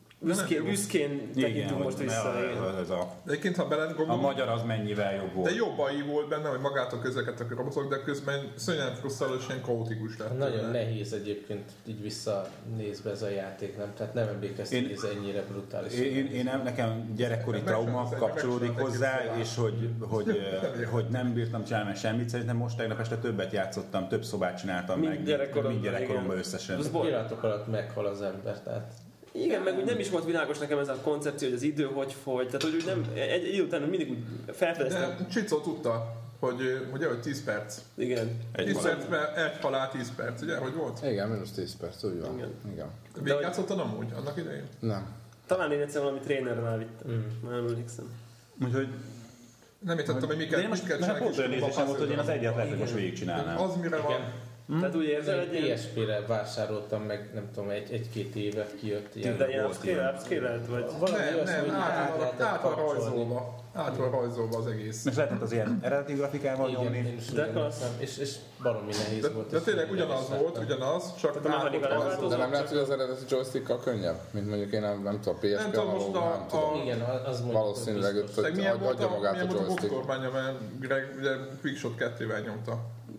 Büszkén tekintünk most vissza. Egyébként, ha belegondolom... A magyar az mennyivel jobb volt. De jobb AI volt benne, hogy magától közlekedtek a robotok, de közben szörnyen frusztráló és ilyen kaotikus lett. Nagyon nehéz egyébként így visszanézve ez a játék, nem? Tehát nem emlékeztem, hogy ez ennyire brutális. Nekem gyerekkori trauma kapcsolódik hozzá, és hogy nem bírtam csinálni semmit, szerintem most tegnap este többet játszottam, több szobát csináltam meg, mind gyerekkoromban összesen. Az pillanatok alatt meghal az ember, tehát... Igen, meg úgy nem is volt világos nekem ez a koncepció, hogy az idő hogy fogy, tehát hogy nem, egy idő után mindig úgy felfedeztem. De Csicó tudta, hogy 10 perc. Igen. 10 perc, mert egy halál 10 perc, ugye? Hogy volt? Igen, mínusz 10 perc, úgy van. Igen. Végigjátszottad amúgy annak idején? Nem. Talán én egyszer valami trénerrel vittem, nem emlékszem. Úgyhogy nem értettem, hogy miket csinálni. Nekem pont olyan nézésem volt, hogy én az egyet lehet, hogy most végigcsinálnám. Az mire van? Tehát úgy érzed, hogy PSP-re vásároltam meg, nem tudom, egy-két éve kijött ilyen. De ilyen upscale-t vagy? Nem, át van rajzolva az egész. És lehetett az ilyen eredeti grafikával nyomni. Igen, és baromi nehéz volt. De tényleg ugyanaz volt, csak de nem lehet, hogy az eredeti joystickkal könnyebb, mint mondjuk én nem tudom, PSP-vel való, nem tudom. Igen, az valószínűleg adja magát a joystick. Milyen volt a boxkormánya, mert Greg ugye Quickshot 2-vel nyomta.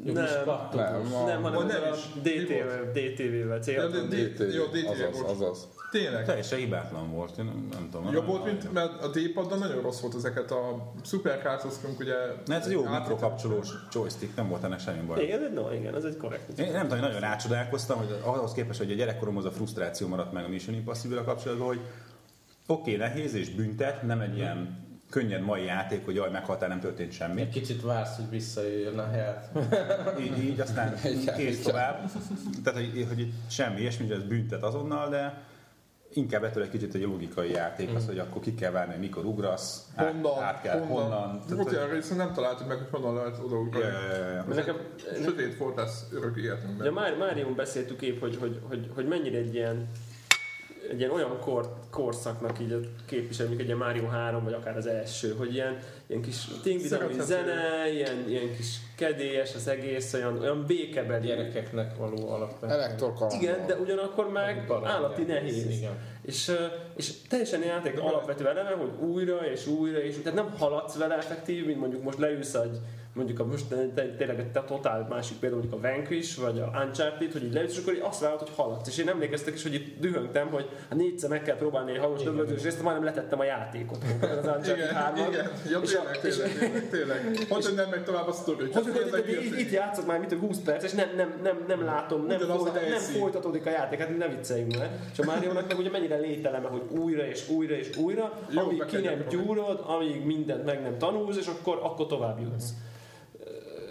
Nem, hanem ez a DTV-vel céltam. Jó, DTV volt. Azaz. Tényleg. Teljesen hibátlan volt, én nem tudom. Jobb volt, mint, mert a D-paddal nagyon rossz volt ezeket a szuperkártyáztunk, ugye... Ez jó mikrokapcsolós joystick, nem volt ennek semmi baj. Igen, ez egy korrekt. Én nem tudom, nagyon rácsodálkoztam, hogy ahhoz képest, hogy a gyerekkoromhoz a frusztráció maradt meg a Mission Impossible-a kapcsolatban, hogy oké, nehéz és büntet, nem egy ilyen könnyed mai játék, hogy jaj, meghaltál, nem történt semmi. Egy kicsit vársz, hogy visszajöjjön a health. így aztán kész tovább. Tehát, hogy semmi ilyesmi, ez büntet azonnal, de inkább ettől egy kicsit egy logikai játék az, hogy akkor ki kell várni, hogy mikor ugrasz, át kell, honnan. Volt ilyen rész, nem találtuk meg, hogy honnan lehet odaugrani. Sötét volt lesz örök életünkben. Márion beszéltük épp, hogy mennyire egy ilyen olyan korszaknak így a képvisel, mint egy ilyen Mario 3, vagy akár az első, hogy ilyen kis tingvitamini zene, ilyen kis kedélyes az egész, olyan békebeli. Gyerekeknek való alapvetően. Elektorkalom. Igen, de ugyanakkor meg állati nehéz. És teljesen játék alapvető eleme, hogy újra, tehát nem haladsz vele effektív, mint mondjuk most leülsz mondjuk most tényleg a totál másik például mondjuk a Vanquish, vagy a Uncharted, hogy így leülsz, és akkor azt várod, hogy haladsz. És én emlékeztek is, hogy itt dühöngtem, hogy hát 4-szer meg kell próbálni egy halós döglődős részt, majdnem letettem a játékot. Az Uncharted 3-at. Igen, ja, tényleg. Hogy nem megy tovább a sztori. Itt játszok már 20 perc, és nem látom, nem folytatódik a játék, hát ne vicceljünk meg. És a Mario-nak meg ugye mennyire lételeme, hogy újra, amíg ki nem gyúrod, amíg mindent meg nem tanulsz, és akkor tovább jutsz.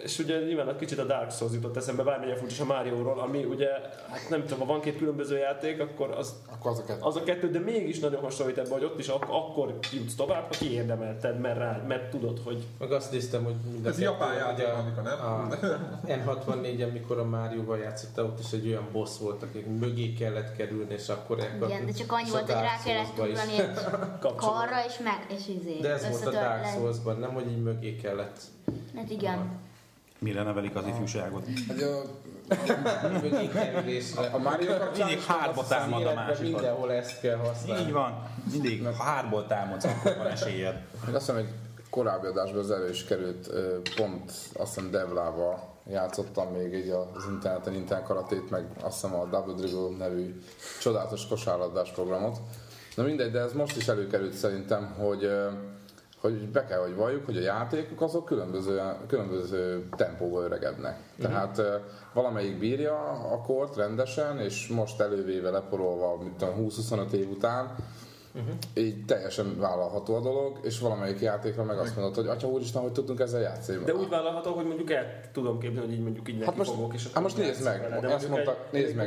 És ugye nyilván egy kicsit a Dark Souls jutott eszembe, bármilyen fontos a Mario-ról, ami ugye, hát nem tudom, ha van két különböző játék, akkor az a kettő, de mégis nagyon hasonlít ebben, hogy ott is akkor jutsz tovább, ha kiérdemelted, mert tudod, hogy... Meg azt néztem, hogy... Ez japán játék, nem? A N64-en, mikor a Márióval játszottál, ott is egy olyan boss volt, akik mögé kellett kerülni, és akkor... Igen, de csak annyi volt, hogy rá kellett ugrani egy karra, és izé. De ez volt a Dark Souls-ban, nem, hogy így mögé kellett. Hát igen. Mire nevelik az ifjúságot? Mögé kerülésre. A Mario mindig hárba támad a másikat. Mindenhol ezt kell használni. Így van. Mindig, ha hárból támadsz, akkor van esélyed. Azt hiszem, egy korábbi adásban az elő is került, pont azt hiszem Devlával játszottam még így az interneten, interkaratét, meg azt hiszem a Double Dribble nevű csodálatos kosárlabdás programot. Na mindegy, de ez most is előkerült szerintem, hogy be kell, hogy valljuk, hogy a játékok azok különböző tempóval öregednek. Tehát valamelyik bírja a kort rendesen, és most elővéve leporolva 20-25 év után, így teljesen vállalható a dolog, és valamelyik játékra meg azt mondod, hogy atya úristen, hogy tudtunk ezzel játszani. De úgy vállalható, hogy mondjuk el tudom képzelni, hogy így mondjuk így neki fogok, és hát most nézd meg, azt mondta,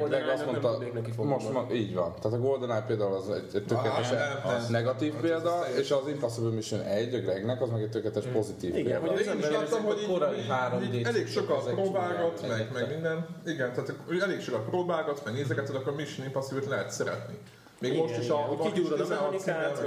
így van. Tehát a GoldenEye például az egy tökéletes negatív példa, és az Impossible Mission 1, a Gregnek, az meg egy tökéletes pozitív példa. Én is láttam, hogy elég sokat próbálgat, meg minden. Igen, tehát elég sokat próbálgat, meg nézegeted, akkor Mission Impossible-t lehet szeretni. Még igen, most is a kigyúrod a mechanikát.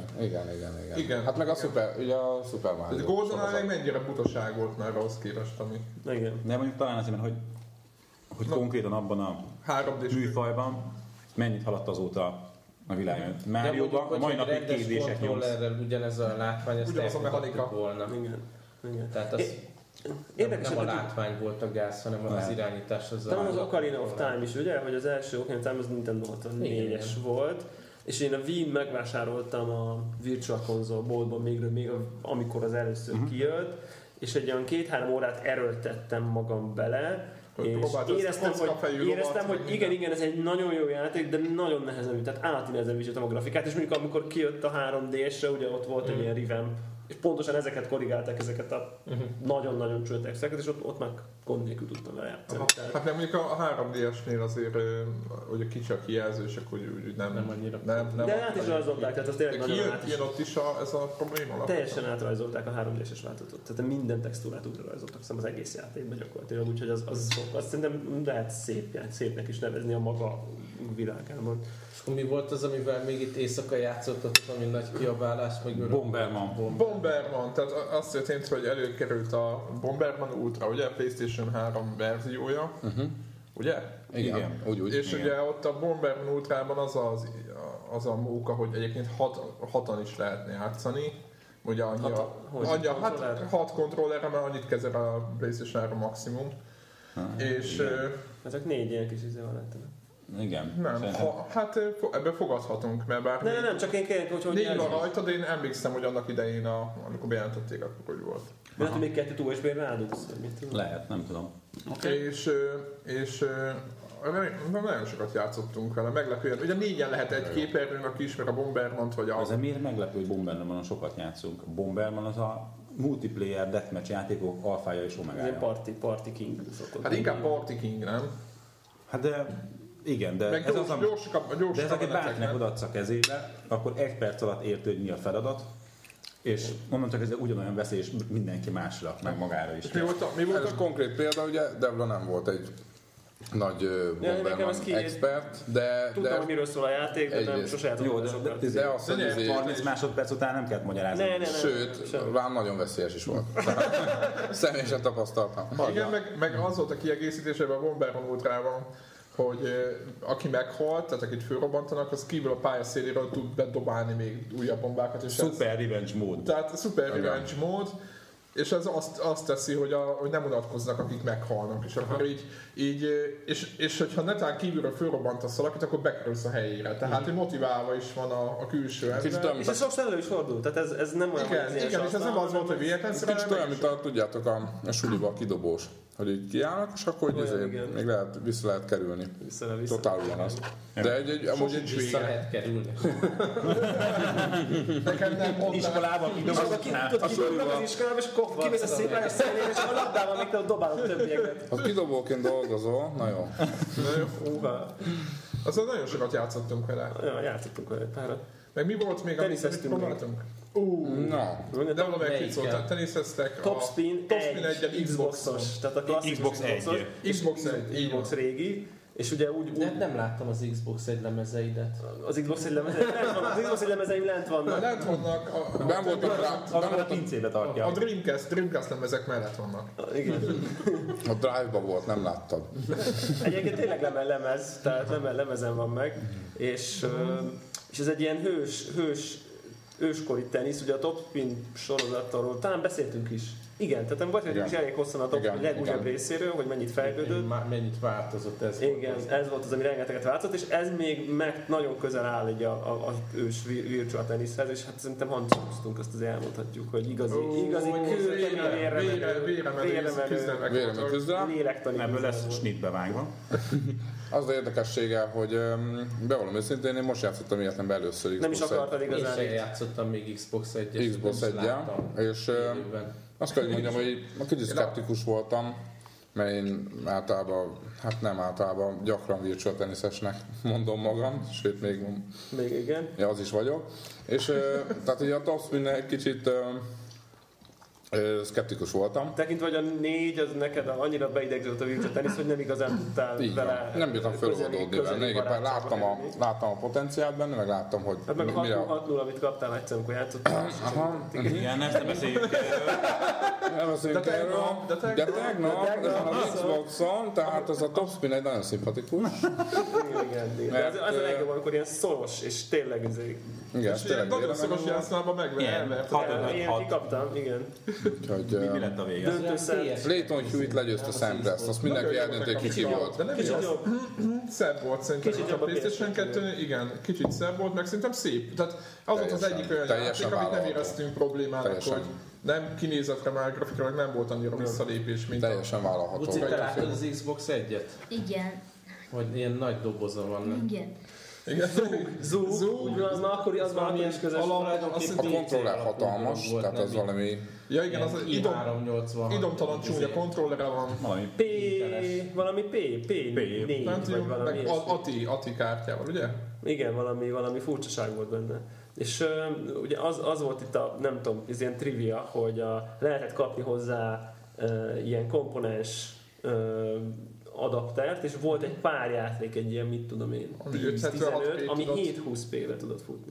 Igen. Hát meg a Super Mario. A GoldenEye mennyire butaság volt már ahhoz képest, ami... Igen. De mondjuk talán azért, hogy konkrétan abban a műfajban mennyit haladt azóta a világon. Márióban a mai napig kérdések nyolc. Ugyanez a látvány, ezt elfogadtuk volna. Igen. Tehát az... Érdekes, nem a látvány volt a gáz, hanem az irányítás. Talán az Ocarina of Time is, ugye? Hogy az első Ocarina of Time az Nintendo 64-es volt. És én a Wii-n megvásároltam a Virtual Console boltban még amikor az először kijött. És egy olyan 2-3 órát erőltettem magam bele. És éreztem, hogy igen, ez egy nagyon jó játék, de nagyon nehezen, tehát állati nehezen vizsgáltam a grafikát. És mondjuk amikor kijött a 3DS-re, ugye ott volt egy ilyen revamp, és pontosan ezeket korrigálták, ezeket a nagyon-nagyon csúnya texteket, és ott már gond nélkül tudtam vele játszani. Hát nem, mondjuk a 3DS-nél azért, hogy kicsi a kijelző, és akkor úgy nem annyira. De át is rajzolták, tehát az tényleg nagyon át is. Kijön ott is ez a probléma? Teljesen átrajzolták a 3DS-es változatot, tehát minden textúrát úgy rajzoltak, az egész játékban gyakorlatilag, úgyhogy azt szerintem lehet szépnek is nevezni a maga világában. Mi volt az, amivel még itt éjszaka játszottatok, ami nagy kiabálás, meg Bomberman, tehát azt történt, hogy előkerült a Bomberman Ultra, ugye, a PlayStation 3 verziója, ugye? Igen. Úgy. És igen. Ugye ott a Bomberman Ultrában az a móka, hogy egyébként 6-an is lehetne játszani. Ugye annyi 6 kontrollerre, mert annyit kezel a PlayStation 3 maximum. És... Ezek 4 ilyen kis izé van lehetne. Igen. Nem, hát ebben fogadhatunk, mert bár... Nem, csak én kérek, hogy... 4 van rajta, de én emlékszem, hogy annak idején, amikor bejelentették, akkor hogy volt. Mert hogy még 2 USB-re rádugsz? Lehet, nem tudom. Okay. És nagyon sokat játszottunk vele, meglepően. Ugye 4-en lehet egy képernyőn, aki ismer a Bombermant, vagy a... Ezzel miért meglepő, hogy Bombermanon sokat játszunk? A Bomberman az a multiplayer deathmatch játékok alfája és omegája. Party King. Hát inkább Party King, nem? Hát de... Igen, de ez az, de ez aki bárkinek odaadsz a kezébe, akkor 1 perc alatt értő, hogy mi a feladat, és mondom csak, ez ugyanolyan veszélyes mindenki másra, meg magára is. Mi volt a konkrét példa, ugye Devla nem volt egy nagy Bomberman expert, de... Tudtam, hogy miről szól a játék, de nem sose játszottam sokat. De azt mondja, 30 másodperc után nem kellett magyarázni. Sőt, rám nagyon veszélyes is volt. Személyesen tapasztaltam. Igen, meg az volt a kiegészítésében a Bomberman Ultrában, hogy aki meghalt, tehát akit fölrobbantanak, az kívül a pálya széléről tud bedobálni még újabb bombákat. És Super Revenge mód. Tehát Super Revenge mód, és ez azt teszi, hogy nem unatkoznak, akik meghalnak, és akkor és hogyha netán kívülről fölrobbantasz valakit, akkor bekerülsz a helyére. Tehát motiválva is van a külső ember. És ez sokszor elő is fordul, tehát ez nem olyan, igen, és ez nem az volt, hogy véletlenszerűen. Kicsit olyan, mint tudjátok, a suliba kidobós. hogy így kiállnak, és akkor még vissza lehet kerülni. Totál ugyanaz. De amúgy egy vissza lehet kerülni. Nekem nem mondták. Iskolában kidobnak az iskolába, és akkor kimész a szépen, és szélén, és a labdával még te dobálod többieket. Ha kidobóként dolgozol, na jó. Azon nagyon sokat játszottunk vele. Ja, játszottunk vele párat. Meg mi volt még, amit próbáltunk? De valamelyik kicsit szóltál, teniszeztek. Topspin 1 Xbox-os, tehát a klasszikus Xbox régi. És ugye úgy... Nem láttam az Xbox 1 lemezeidet. Az Xbox 1 lemezeidet lent van, az Xbox 1 lemezeim lent vannak. Lent vannak. A pincébe tartja. A Dreamcast lemezek mellett vannak. Igen. A Drive-ba volt, nem láttad. Egyébként tényleg lemez, tehát lemezen van meg. És ez egy ilyen őskori tenisz, ugye a Topspin sorozatról talán beszéltünk is. Igen, tehát nem beszéltünk is elég hosszan a Topspin legújabb részéről, hogy mennyit fejlődött. Mennyit változott ez. Igen, ez volt az, ami rengeteget változott, és ez még nagyon közel áll így az ős virtual teniszhez, és hát szerintem hangsúlyoztunk, azt azért elmondhatjuk, hogy igazi véremenő küzdelem. Lélektani ebből lesz snitbe vágva. Az az érdekessége, hogy bevallom őszintén, én most játszottam életemben először Xbox 1. Nem is akartad igazán. Én sem játszottam még Xbox 1-et. Xbox 1-jel, és azt kell, hogy mondjam, hogy kicsit szkeptikus voltam, mert én általában gyakran virtual teniszesnek mondom magam, sőt még igen. Ja, az is vagyok. És tehát ugye a Topspin egy kicsit szkeptikus voltam. Tekintve, hogy a 4 az neked annyira beidegződött a virtual tenisz, hogy nem igazán tudtál vele. Nem bírtam feloldódni vele. Láttam a potenciált benne, meg láttam, hogy hát meg a 6-0, amit kaptál egyszer, amikor játszottál. Igen, ezt nem beszéljük erről. De tegnap a Xboxon, tehát az a Topspin egy nagyon szimpatikus. Igen. De az a legjobb, amikor ilyen szoros, és tényleg igen, és ilyen nagyon szoros játszmában megvert. Ilyen kikaptam, igen. Mi lett a vége? Layton Hewitt legyőzte Sam Prest, azt mindenki eldönti, hogy ki volt. De nem kicsit jobb. Szebb volt szerintem a PlayStation 2, igen, kicsit szebb volt, meg szerintem szép. Tehát az volt az egyik olyan játék, amit nem éreztünk problémának, hogy nem kinézetre már grafikailag nem volt annyira visszalépés, mint teljesen vállalható. Uci, te láttad az Xbox 1-et? Igen. Hogy ilyen nagy doboza van. Igen. Zug, az már akkor is közös. A kontroller hatalmas, tehát az valami... Ja igen, az idomtalan csúnya kontrollere van. Valami P4 vagy valami. Ati kártyával, ugye? Igen, valami furcsaság volt benne. És ugye az volt itt a, nem tudom, ez ilyen trivia, hogy lehetett kapni hozzá ilyen komponens adaptert, és volt egy pár játék, egy ilyen, mit tudom én, 10-15, ami 720p-re tudott futni.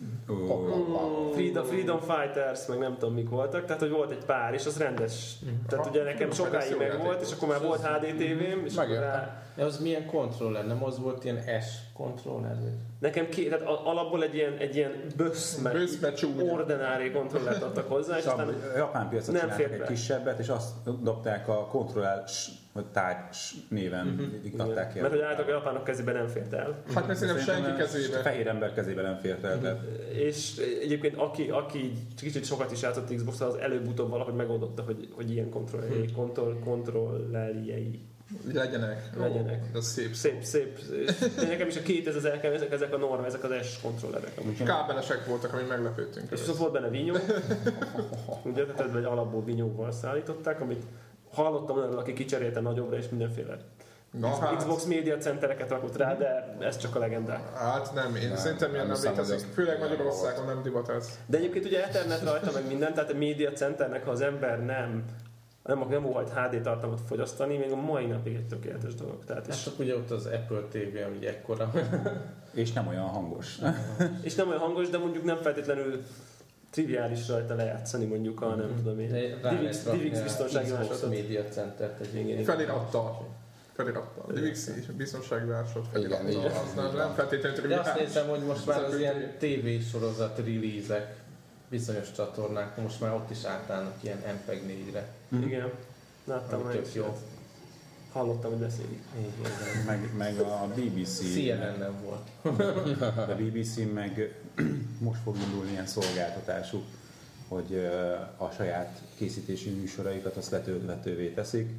Freedom Fighters, meg nem tudom mik voltak, tehát hogy volt egy pár, és az rendes. Tehát ugye nekem sokáig meg volt, és akkor már volt HD TV-m, és akkor rá... De az milyen kontroller? Nem az volt ilyen S kontroller? Nekem tehát alapból egy ilyen böszmet ordinári kontrollert adtak hozzá, és aztán a japán piacot csináltak egy kisebbet, és azt dobták a kontroller vagy Type néven adták ki. Mert hogy álltak a japánok kezében nem fért el. Hát mert szerintem senki kezébe. Fehér ember kezében nem fért el. És egyébként aki kicsit sokat is játszott Xbox-al, az előbb-utóbb valahogy megoldotta, hogy ilyen kontrollerjei legyenek. De szép. De nekem is a 2000-es ezek a norm, ezek az S kontrollerek. Kábelesek voltak, amit meglepődtünk. És ott volt benne vinyó. Ugye, tehát egy alapból vinyóval szállították, amit hallottam olyan, aki kicserélte nagyobbra, és mindenféle Xbox Media Centereket rakott rá, de ez csak a legendák. Hát nem, én szerintem ilyen nem létezik. Főleg Magyarországon nem divat ez. De egyébként ugye Ethernet rajta meg minden, tehát a Media Centernek, ha az ember nem óhajt HD tartalmat fogyasztani, még a mai napig egy tökéletes dolog. Tehát és csak ugye ott az Apple TV, ami ekkora. És nem olyan hangos. És nem olyan hangos, de mondjuk nem feltétlenül triviális rajta lejátszani mondjuk a nem tudom én. DivX biztonsági másolat. Media Centert egy feliratta. A DivX biztonsági másolat feliratta. Az nem feltétlenül triviális. De azt nézem, hogy most már az ilyen TV-sorozat release-ek bizonyos csatornák, most már ott is átállnak ilyen MPEG-4-re. Igen, láttam meg. Tök jó. Hallottam, hogy beszélik. Meg a BBC. CNN nem volt. A BBC meg most fog indulni ilyen szolgáltatásuk, hogy a saját készítési műsoraikat azt letölthetővé teszik,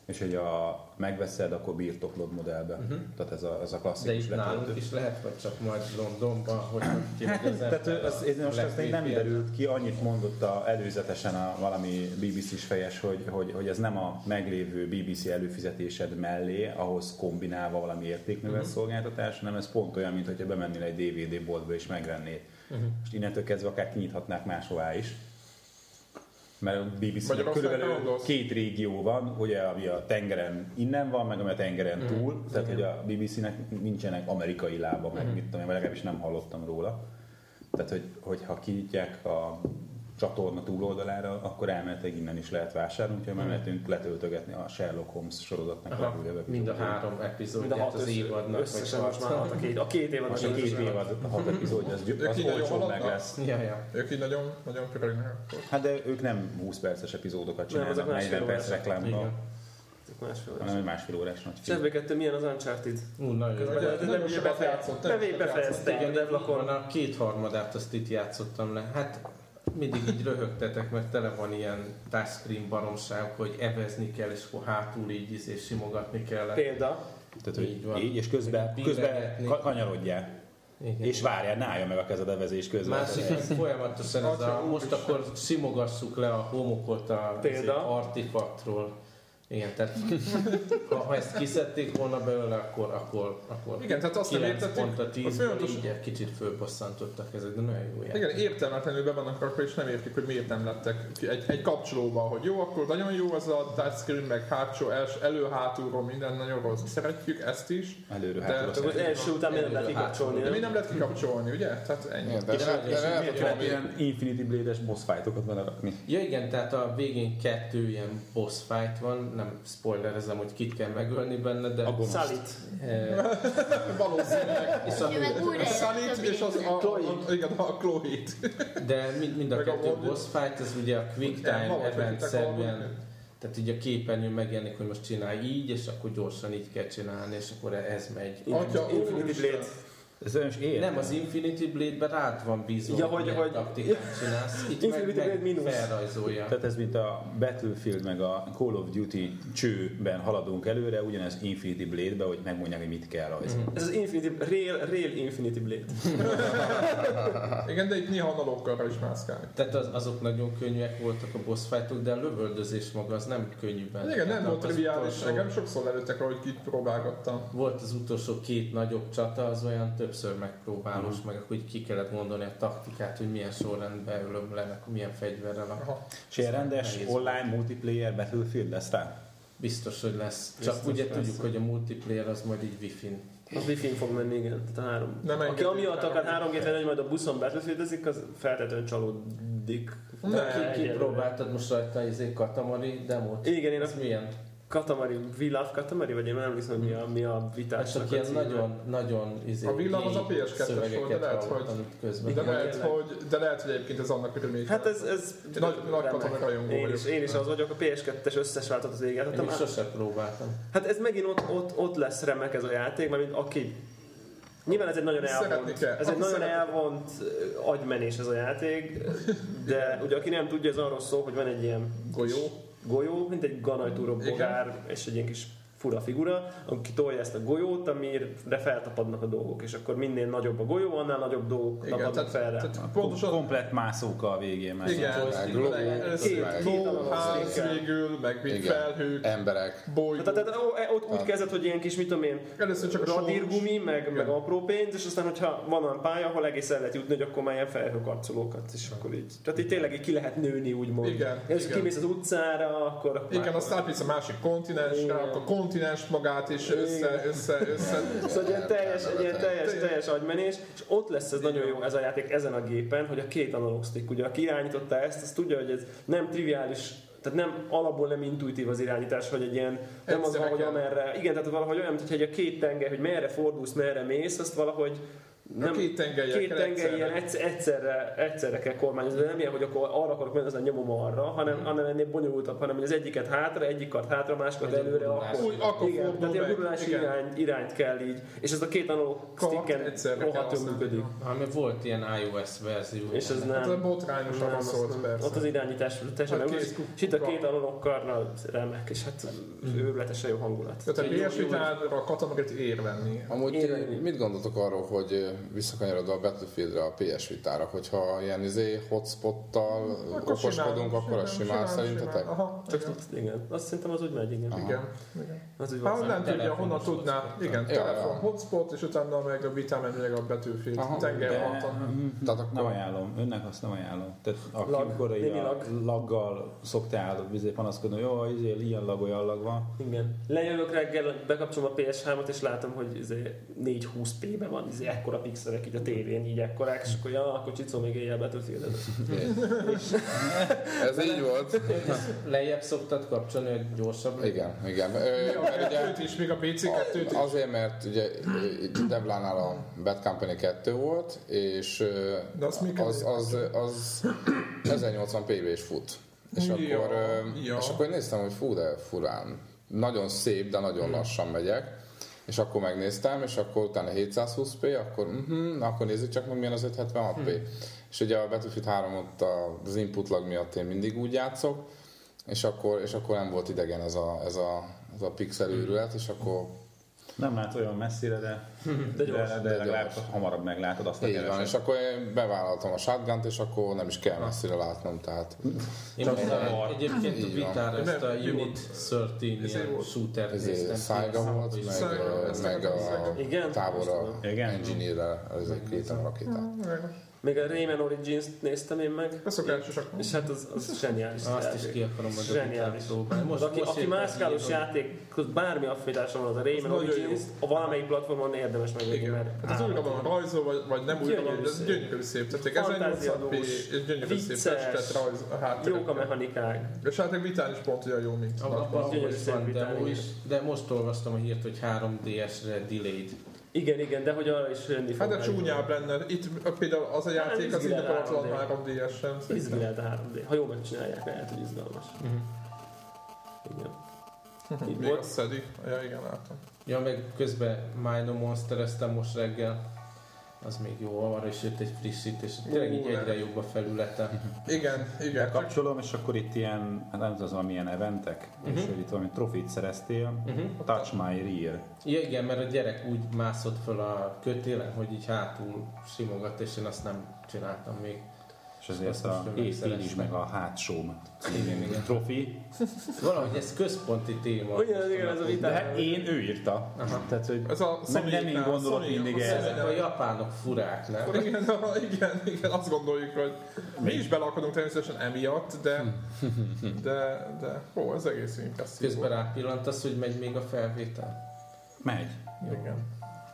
és hogy megveszed, akkor birtoklod modellbe. Tehát ez a klasszikus. De itt nálunk is lehet, vagy csak majd Londonban, hogy tehát most ezt még nem derült ki, annyit mondott előzetesen valami BBC-s fejes, hogy ez nem a meglévő BBC előfizetésed mellé, ahhoz kombinálva valami értéknövelő szolgáltatás, hanem ez pont olyan, mint hogyha bemennél egy DVD boltba és megvennéd. És innentől kezdve akár kinyithatnák máshová is. Mert a BBC-nek körülbelül 2 régió van, ugye, ami a tengeren innen van, meg ami a tengeren túl, tehát hogy a BBC-nek nincsenek amerikai lába, meg mit tudom én, legalábbis nem hallottam róla. Tehát, hogyha kinyitják a csatorna túloldalára, akkor elméletileg innen is lehet vásárolni, úgyhogy már lehetünk letöltögetni a Sherlock Holmes sorozatnak a újabb epizódját. Mind a 3 epizódját az évadnak. Összesen most már a 2 évad. Most a 2 évad, a 6 epizódja, az olcsóbb meg lesz. Ők így nagyon pörögnek. Hát de ők nem 20 perces epizódokat csinálnak, 40 perc reklámban. hanem másfél órás nagy film. Sebbe milyen az Uncharted? Nagyon sokat játszottam. Befejeztem a devlakon. A 2/3 azt itt játszottam le. Hát mindig így röhögtetek, mert tele van ilyen touchscreen baromság, hogy evezni kell, és akkor hátul így és simogatni kell. Példa? Tehát, hogy így, és közben kanyarodjál. Igen. És várjál, ne állja meg a kezed evezés közben. Másik, folyamatosan most akkor simogassuk le a homokot az artifaktról. Igen, tehát ha ezt kiszedték volna belőle, akkor igen, tehát azt nem értettük, így egy kicsit fölbosszantottak ezek, de nagyon jó játék. Igen, értelmetlenül be vannak akkor, és nem értik, hogy miért nem lettek egy kapcsolóban, hogy jó, akkor nagyon jó az a touchscreen, meg hátsó, elő-hátulról minden nagyon rossz. Szeretjük ezt is. Előre-hátulról. Az első után nem lehet kikapcsolni. De mi nem lehet kikapcsolni, ugye? Tehát ennyi. Ilyen Infinity Blade-es boss fightokat van rakni. Ja igen, tehát a végén 2 ilyen boss fight van, nem spoilerezem, hogy kit kell megölni benne, de... A Sullyt. Valószínűleg. És a Sullyt és a Chloe-t. De mind a 2 boss fight, ez ugye a quick time event szerűen, tehát így a képernyőn megjelenik, hogy most csinálj így, és akkor gyorsan így kell csinálni, és akkor ez megy. Infinity Blade. Nem, az Infinity Blade-ben rád van bízva, hogy milyen taktikát csinálsz. Itt meg felrajzolja. Tehát ez mint a Battlefield meg a Call of Duty csőben haladunk előre, ugyanez Infinity Blade-ben, hogy megmondják, hogy mit kell rajzolni. Ez az Real Infinity Blade. Igen, de itt néha analókkal is mászkálni. Tehát azok nagyon könnyűek voltak a boss fightok, de a lövöldözés maga az nem könnyűben. Igen, nem volt triviális, nekem sokszor előttek, ahogy kipróbálgattam. Volt az utolsó 2 nagyobb csata, az olyan többször megpróbálós, meg akkor ki kellett mondani a taktikát, hogy milyen sorrendben ölöm le, milyen fegyverrel. És ilyen rendes online multiplayer Battlefield lesz rá? Biztos, hogy lesz. Csak ugye tudjuk, hogy a multiplayer az majd így Wi-Fi-n. Az Wi-Fi-n fog menni, igen. Tehát aki amiatt akar 3G-t hogy majd a buszon Battlefieldezik, az feltétlenül csalódik. Ki próbáltad most rajta az Katamari demót? Igen, én milyen? Katamari, We Love Katamari, vagy én nem emlékszem, hogy mi a vitásnak a címe. Nagyon a We Love az a PS2-es volt, de lehet, hogy egyébként ez annak örömény. Hát ez nagy Katamari rajongó vagyok. Én is az vagyok, a PS2-es összes váltat az éget. Én sosem próbáltam. Hát ez megint ott lesz remek ez a játék, mert aki nyilván ez egy nagyon elvont agymenés ez a játék, de ugye aki nem tudja, ez arról szól, hogy van egy ilyen golyó, mint egy ganajtúró bogár, és egy ilyen kis fura figura, aki tolja ezt a golyót, amire feltapadnak a dolgok, és akkor minél nagyobb a golyó, annál nagyobb dolgok tapadnak fel rá. Pontosan komplet mászóka a végén. Igen, ház végül, meg felhők, emberek, bolygók. Tehát ott úgy kezdett, hogy ilyen kis, mit tudom én, radírgumi, meg apró pénz, és aztán, hogyha van olyan pálya, ahol egész el lehet jutni, hogy akkor már ilyen felhőkarcolókat, és akkor így. Tehát így tényleg ki lehet nőni, úgymond. Igen. És kimész az utcára, akkor... Igen, aztán átmész a másik kontinensre, akkor kontinens magát is össze. Szóval egy ilyen teljes agymenés, és ott lesz ez nagyon jó ez a játék ezen a gépen, hogy a 2 analóg stick, ugye aki irányította ezt, az tudja, hogy ez nem triviális, tehát nem alapból nem intuitív az irányítás, hogy egy ilyen, nem az, hogy amerre, igen, tehát valahogy olyan, mint hogy a 2 tengely, hogy merre fordulsz, merre mész, azt valahogy két tengelyel egyszerre kell kormányozni, de nem ilyen, hogy akkor arra akarok menni, aztán nyomom arra, hanem ennél bonyolultabb, hanem hogy az egyiket hátra, egyik kart hátra, másikat előre, akkor igen, tehát a gurulási irányt kell így, és ez a két analóg sticken rohadtul működik. Mert volt ilyen iOS verzió. És ez nem. Hát botrányosan szólt persze. Ott az irányítás teljesen megúsz, és itt a két analóg karnal remek, és hát őrületesen jó hangulat. Tehát a PS Vita-ra katanokat ér venni. Amúgy mit gondoltok arról, hogy visszakanyarodva a Battlefieldre, a PS Vitára, hogyha ilyen hotspottal okoskodunk, akkor az simán szerintetek? Csak igen. Azt szerintem az úgy megy, igen. Igen. Ha nem tudja, honnan tudná. Igen, telefon, hotspot, és utána meg a Vita, meg a Battlefield. Nem ajánlom, önnek azt nem ajánlom. Tehát amikor laggal szoktál panaszkodni, jó, ilyen lag, olyan lag van. Igen. Lejövök reggel, bekapcsolom a PS3-ot, és látom, hogy 420p-ben van, ekkora pixelek így a tévén, így ekkorák, és akkor akkor csicó még éjjel Battlefield-et. Ez így volt. Lejjebb szoktad kapcsolni, hogy gyorsabb? Igen. Őt is, még a PC2-t is. Azért, mert ugye Devlánál a Bad Company 2 volt, és az 1080p-be is fut. És akkor néztem, hogy fú, de furán. Nagyon szép, de nagyon lassan megyek. És akkor megnéztem, és akkor utána 720p, akkor nézzük csak meg milyen az 576p. És ugye a Battlefield 3-ot az input lag miatt én mindig úgy játszok, és akkor nem volt idegen ez a pixel őrület, és akkor... Nem lát olyan messzire, de legalább hamarabb meglátod azt a így van, és akkor én bevállaltam a shotgunt, és akkor nem is kell messzire látnom, tehát... Én egyébként a Vitára ezt a Unit 13 ilyen shooter néztem. Saiga volt, meg a távolra engineer-rel küldtem a rakétát. Még a Rayman Origins-t néztem én meg. És hát az zseniális. Azt is ki akarom zseniális. Aki mászkálós játék, bármi affinitása van az a Rayman Origins, a valamelyik platformon érdemes megvenni, mert... Hát az újra van rajzol, vagy nem újra van, de ez gyönyörű szép. Tehát 1080p és gyönyörű szép testet rajz a hátterek. Jók a mechanikák. És hát egy Vitán is pont olyan jó, mint de most olvastam a hírt, hogy 3DS-re delayed. Igen, de hogy arra is jönni fog. Hát de csúnyább lenne. Itt például az a játék az indokolatlan 3D-esen. Izgi lehet a 3D. Ha jól megcsinálják, lehet, hogy izgalmas. Igen. Még azt szedik. Ja, igen, látom. Ja, meg közben Mino Monstereztem most reggel. Az még jó, arra is jött egy frissítés. Tényleg így egyre jobb a felülete. Igen. Kapcsolom, és akkor itt ilyen, nem tudom, milyen eventek, és hogy itt valami trofit szereztél, Touch My Rear. Ja, igen, mert a gyerek úgy mászott föl a kötélen, hogy így hátul simogat, és én azt nem csináltam még. És ezért a így is meg a hátsóm trofi. Valahogy ez központi téma. Igen, ez a vitám. De ő írta. Tehát, hogy ez a nem én gondolok mindig ezek a japánok furák, nem? Igen, azt gondoljuk, hogy mi is beleakadunk természetesen emiatt, de ez egész impresszív. Közben rápillantasz, hogy megy még a felvétel? Megy. Igen.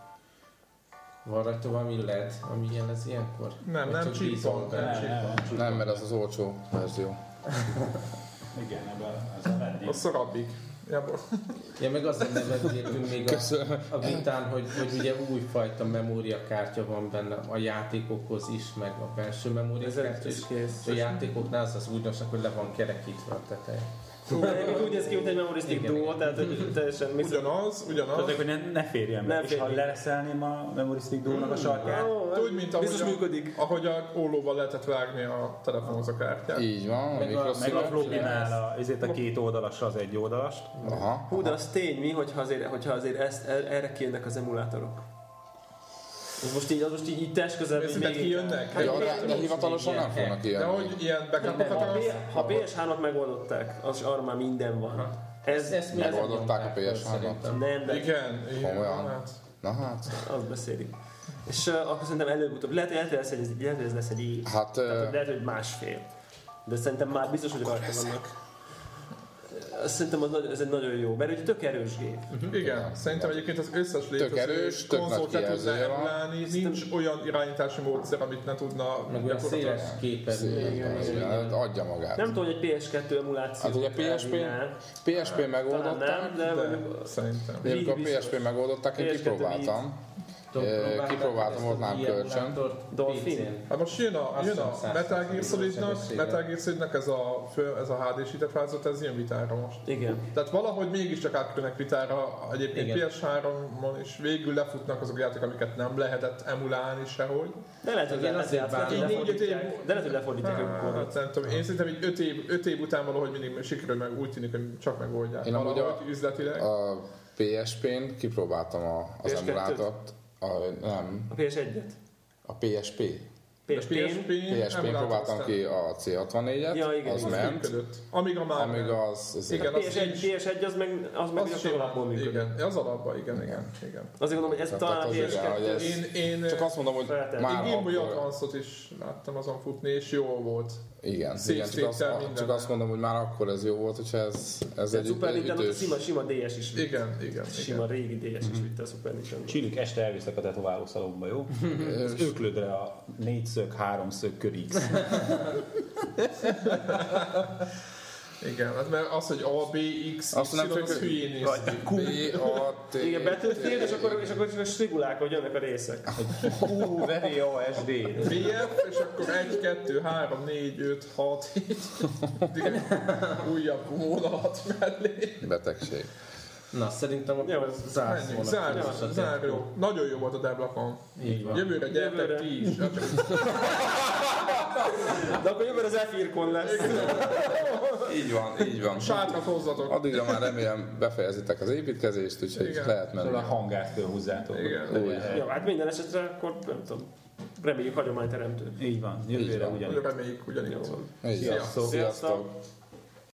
Van rajta valami LED, ami jelez ilyenkor? Nem csípon. Nem, mert az olcsó verzió. Igen, ez a vendég. A szorabbik. Ja, meg azért nevezgéltünk még a Vitán, hogy ugye újfajta memóriakártya van benne a játékokhoz is, meg a belső memóriakártya is. A játékoknál az újdonság, hogy le van kerekítve a teteje. Úgy néz ki, mint egy memorisztik duo, tehát hogy teljesen... Ugyanaz. Tehát, hogy ne férjen meg. És ha lereszelném a memorisztik duónak a sarkát... Úgy, mint ahogy a ollóval lehetett vágni a telefonhoz a kártyát. Így van, meg a floppinál ezért a két oldalasra az egy oldalast. Hú, de az tény mi, hogyha azért erre kijönnek az emulátorok. Az most így test közel, hogy még kijönnek? De hivatalosan nem fognak kijönni. De hogy ilyen backupokat ha PS3-at megoldották, az arra már minden van. Ezt megoldották a PS3-at? Nem, de... Igen. Na hát. Azt beszélik. És akkor szerintem előbb-utóbb, lehet, hogy ez lesz egy év. Hát... Lehet, hogy másfél. De szerintem már biztos, hogy rajta vannak. Szerintem ez egy nagyon jó, mert egy tök erős gép. Igen, szerintem egyébként az összes létező konzolt le tudna emulálni, nincs olyan irányítási módszer, amit ne tudna meg olyan széles képernyő. Adja magát. Nem tudom, hogy PS2 emuláció. Hát ugye PSP megoldották, de szerintem. Amikor a PSP megoldották, én kipróbáltam ott már kölcsön. Dolphin. Hát most jön a Metal Gear Solidnak ez a HD-sített változat, ez jön vitára most. Igen. Tehát valahogy mégiscsak átkerülnek vitára, egyébként PS3-on is végül lefutnak azok a játékok, amiket nem lehetett emulálni sehogy. De lehet, hogy lefordítják ők. Nem tudom, én szerintem így 5 év után valahogy mindig sikerül, meg úgy tűnik, hogy csak megoldják. Én amúgy üzletileg. A PSP-n kipróbáltam az emulátort. Nem. A PS1-et? A PSP. PSP-n próbáltam ki a C64-et, az ment. Amíg az... Igen, a PS1 az meg csak alapból működött. Igen, az alapban, igen. Azért mondom, hogy ez talán a PS2. Én csak azt mondom, hogy már Game Boy Advance-ot is láttam azon futni, és jó volt. Igen, csak azt mondom, hogy már akkor ez jó volt, hogyha ez egy Super Nintendo sima DS is vitt. Igen. Sima régi DS is vitte a Super Nintendo. Csillik este elviszek a tetoválószalomba, jó? Az öklödre a 4-szög, 3-szög kör X. Igen, hát mert az, hogy A, B, X, azt Y, az hülyén néz ki. Igen, Battlefield, és akkor strigulák, hogy jönnek a részek. VASD. BF, és akkor 1, 2, 3, 4, 5, 6, 7. Újabb vonalat mellé. Betegség. Na, szerintem záró. Nagyon jó volt a Deblakon. Jövőre gyertek ti is. De akkor jövőre az F-Irkon lesz. Így van. Sátrat hozzatok. Addigra már remélem befejezitek az építkezést, úgyhogy lehet menni. A hangát fölhúzzátok. Ja, hát minden esetre akkor nem tudom. Reméljük hagyományteremtő. Így van, jövőre ugyanígy. Reméljük ugyanígy. Sziasztok!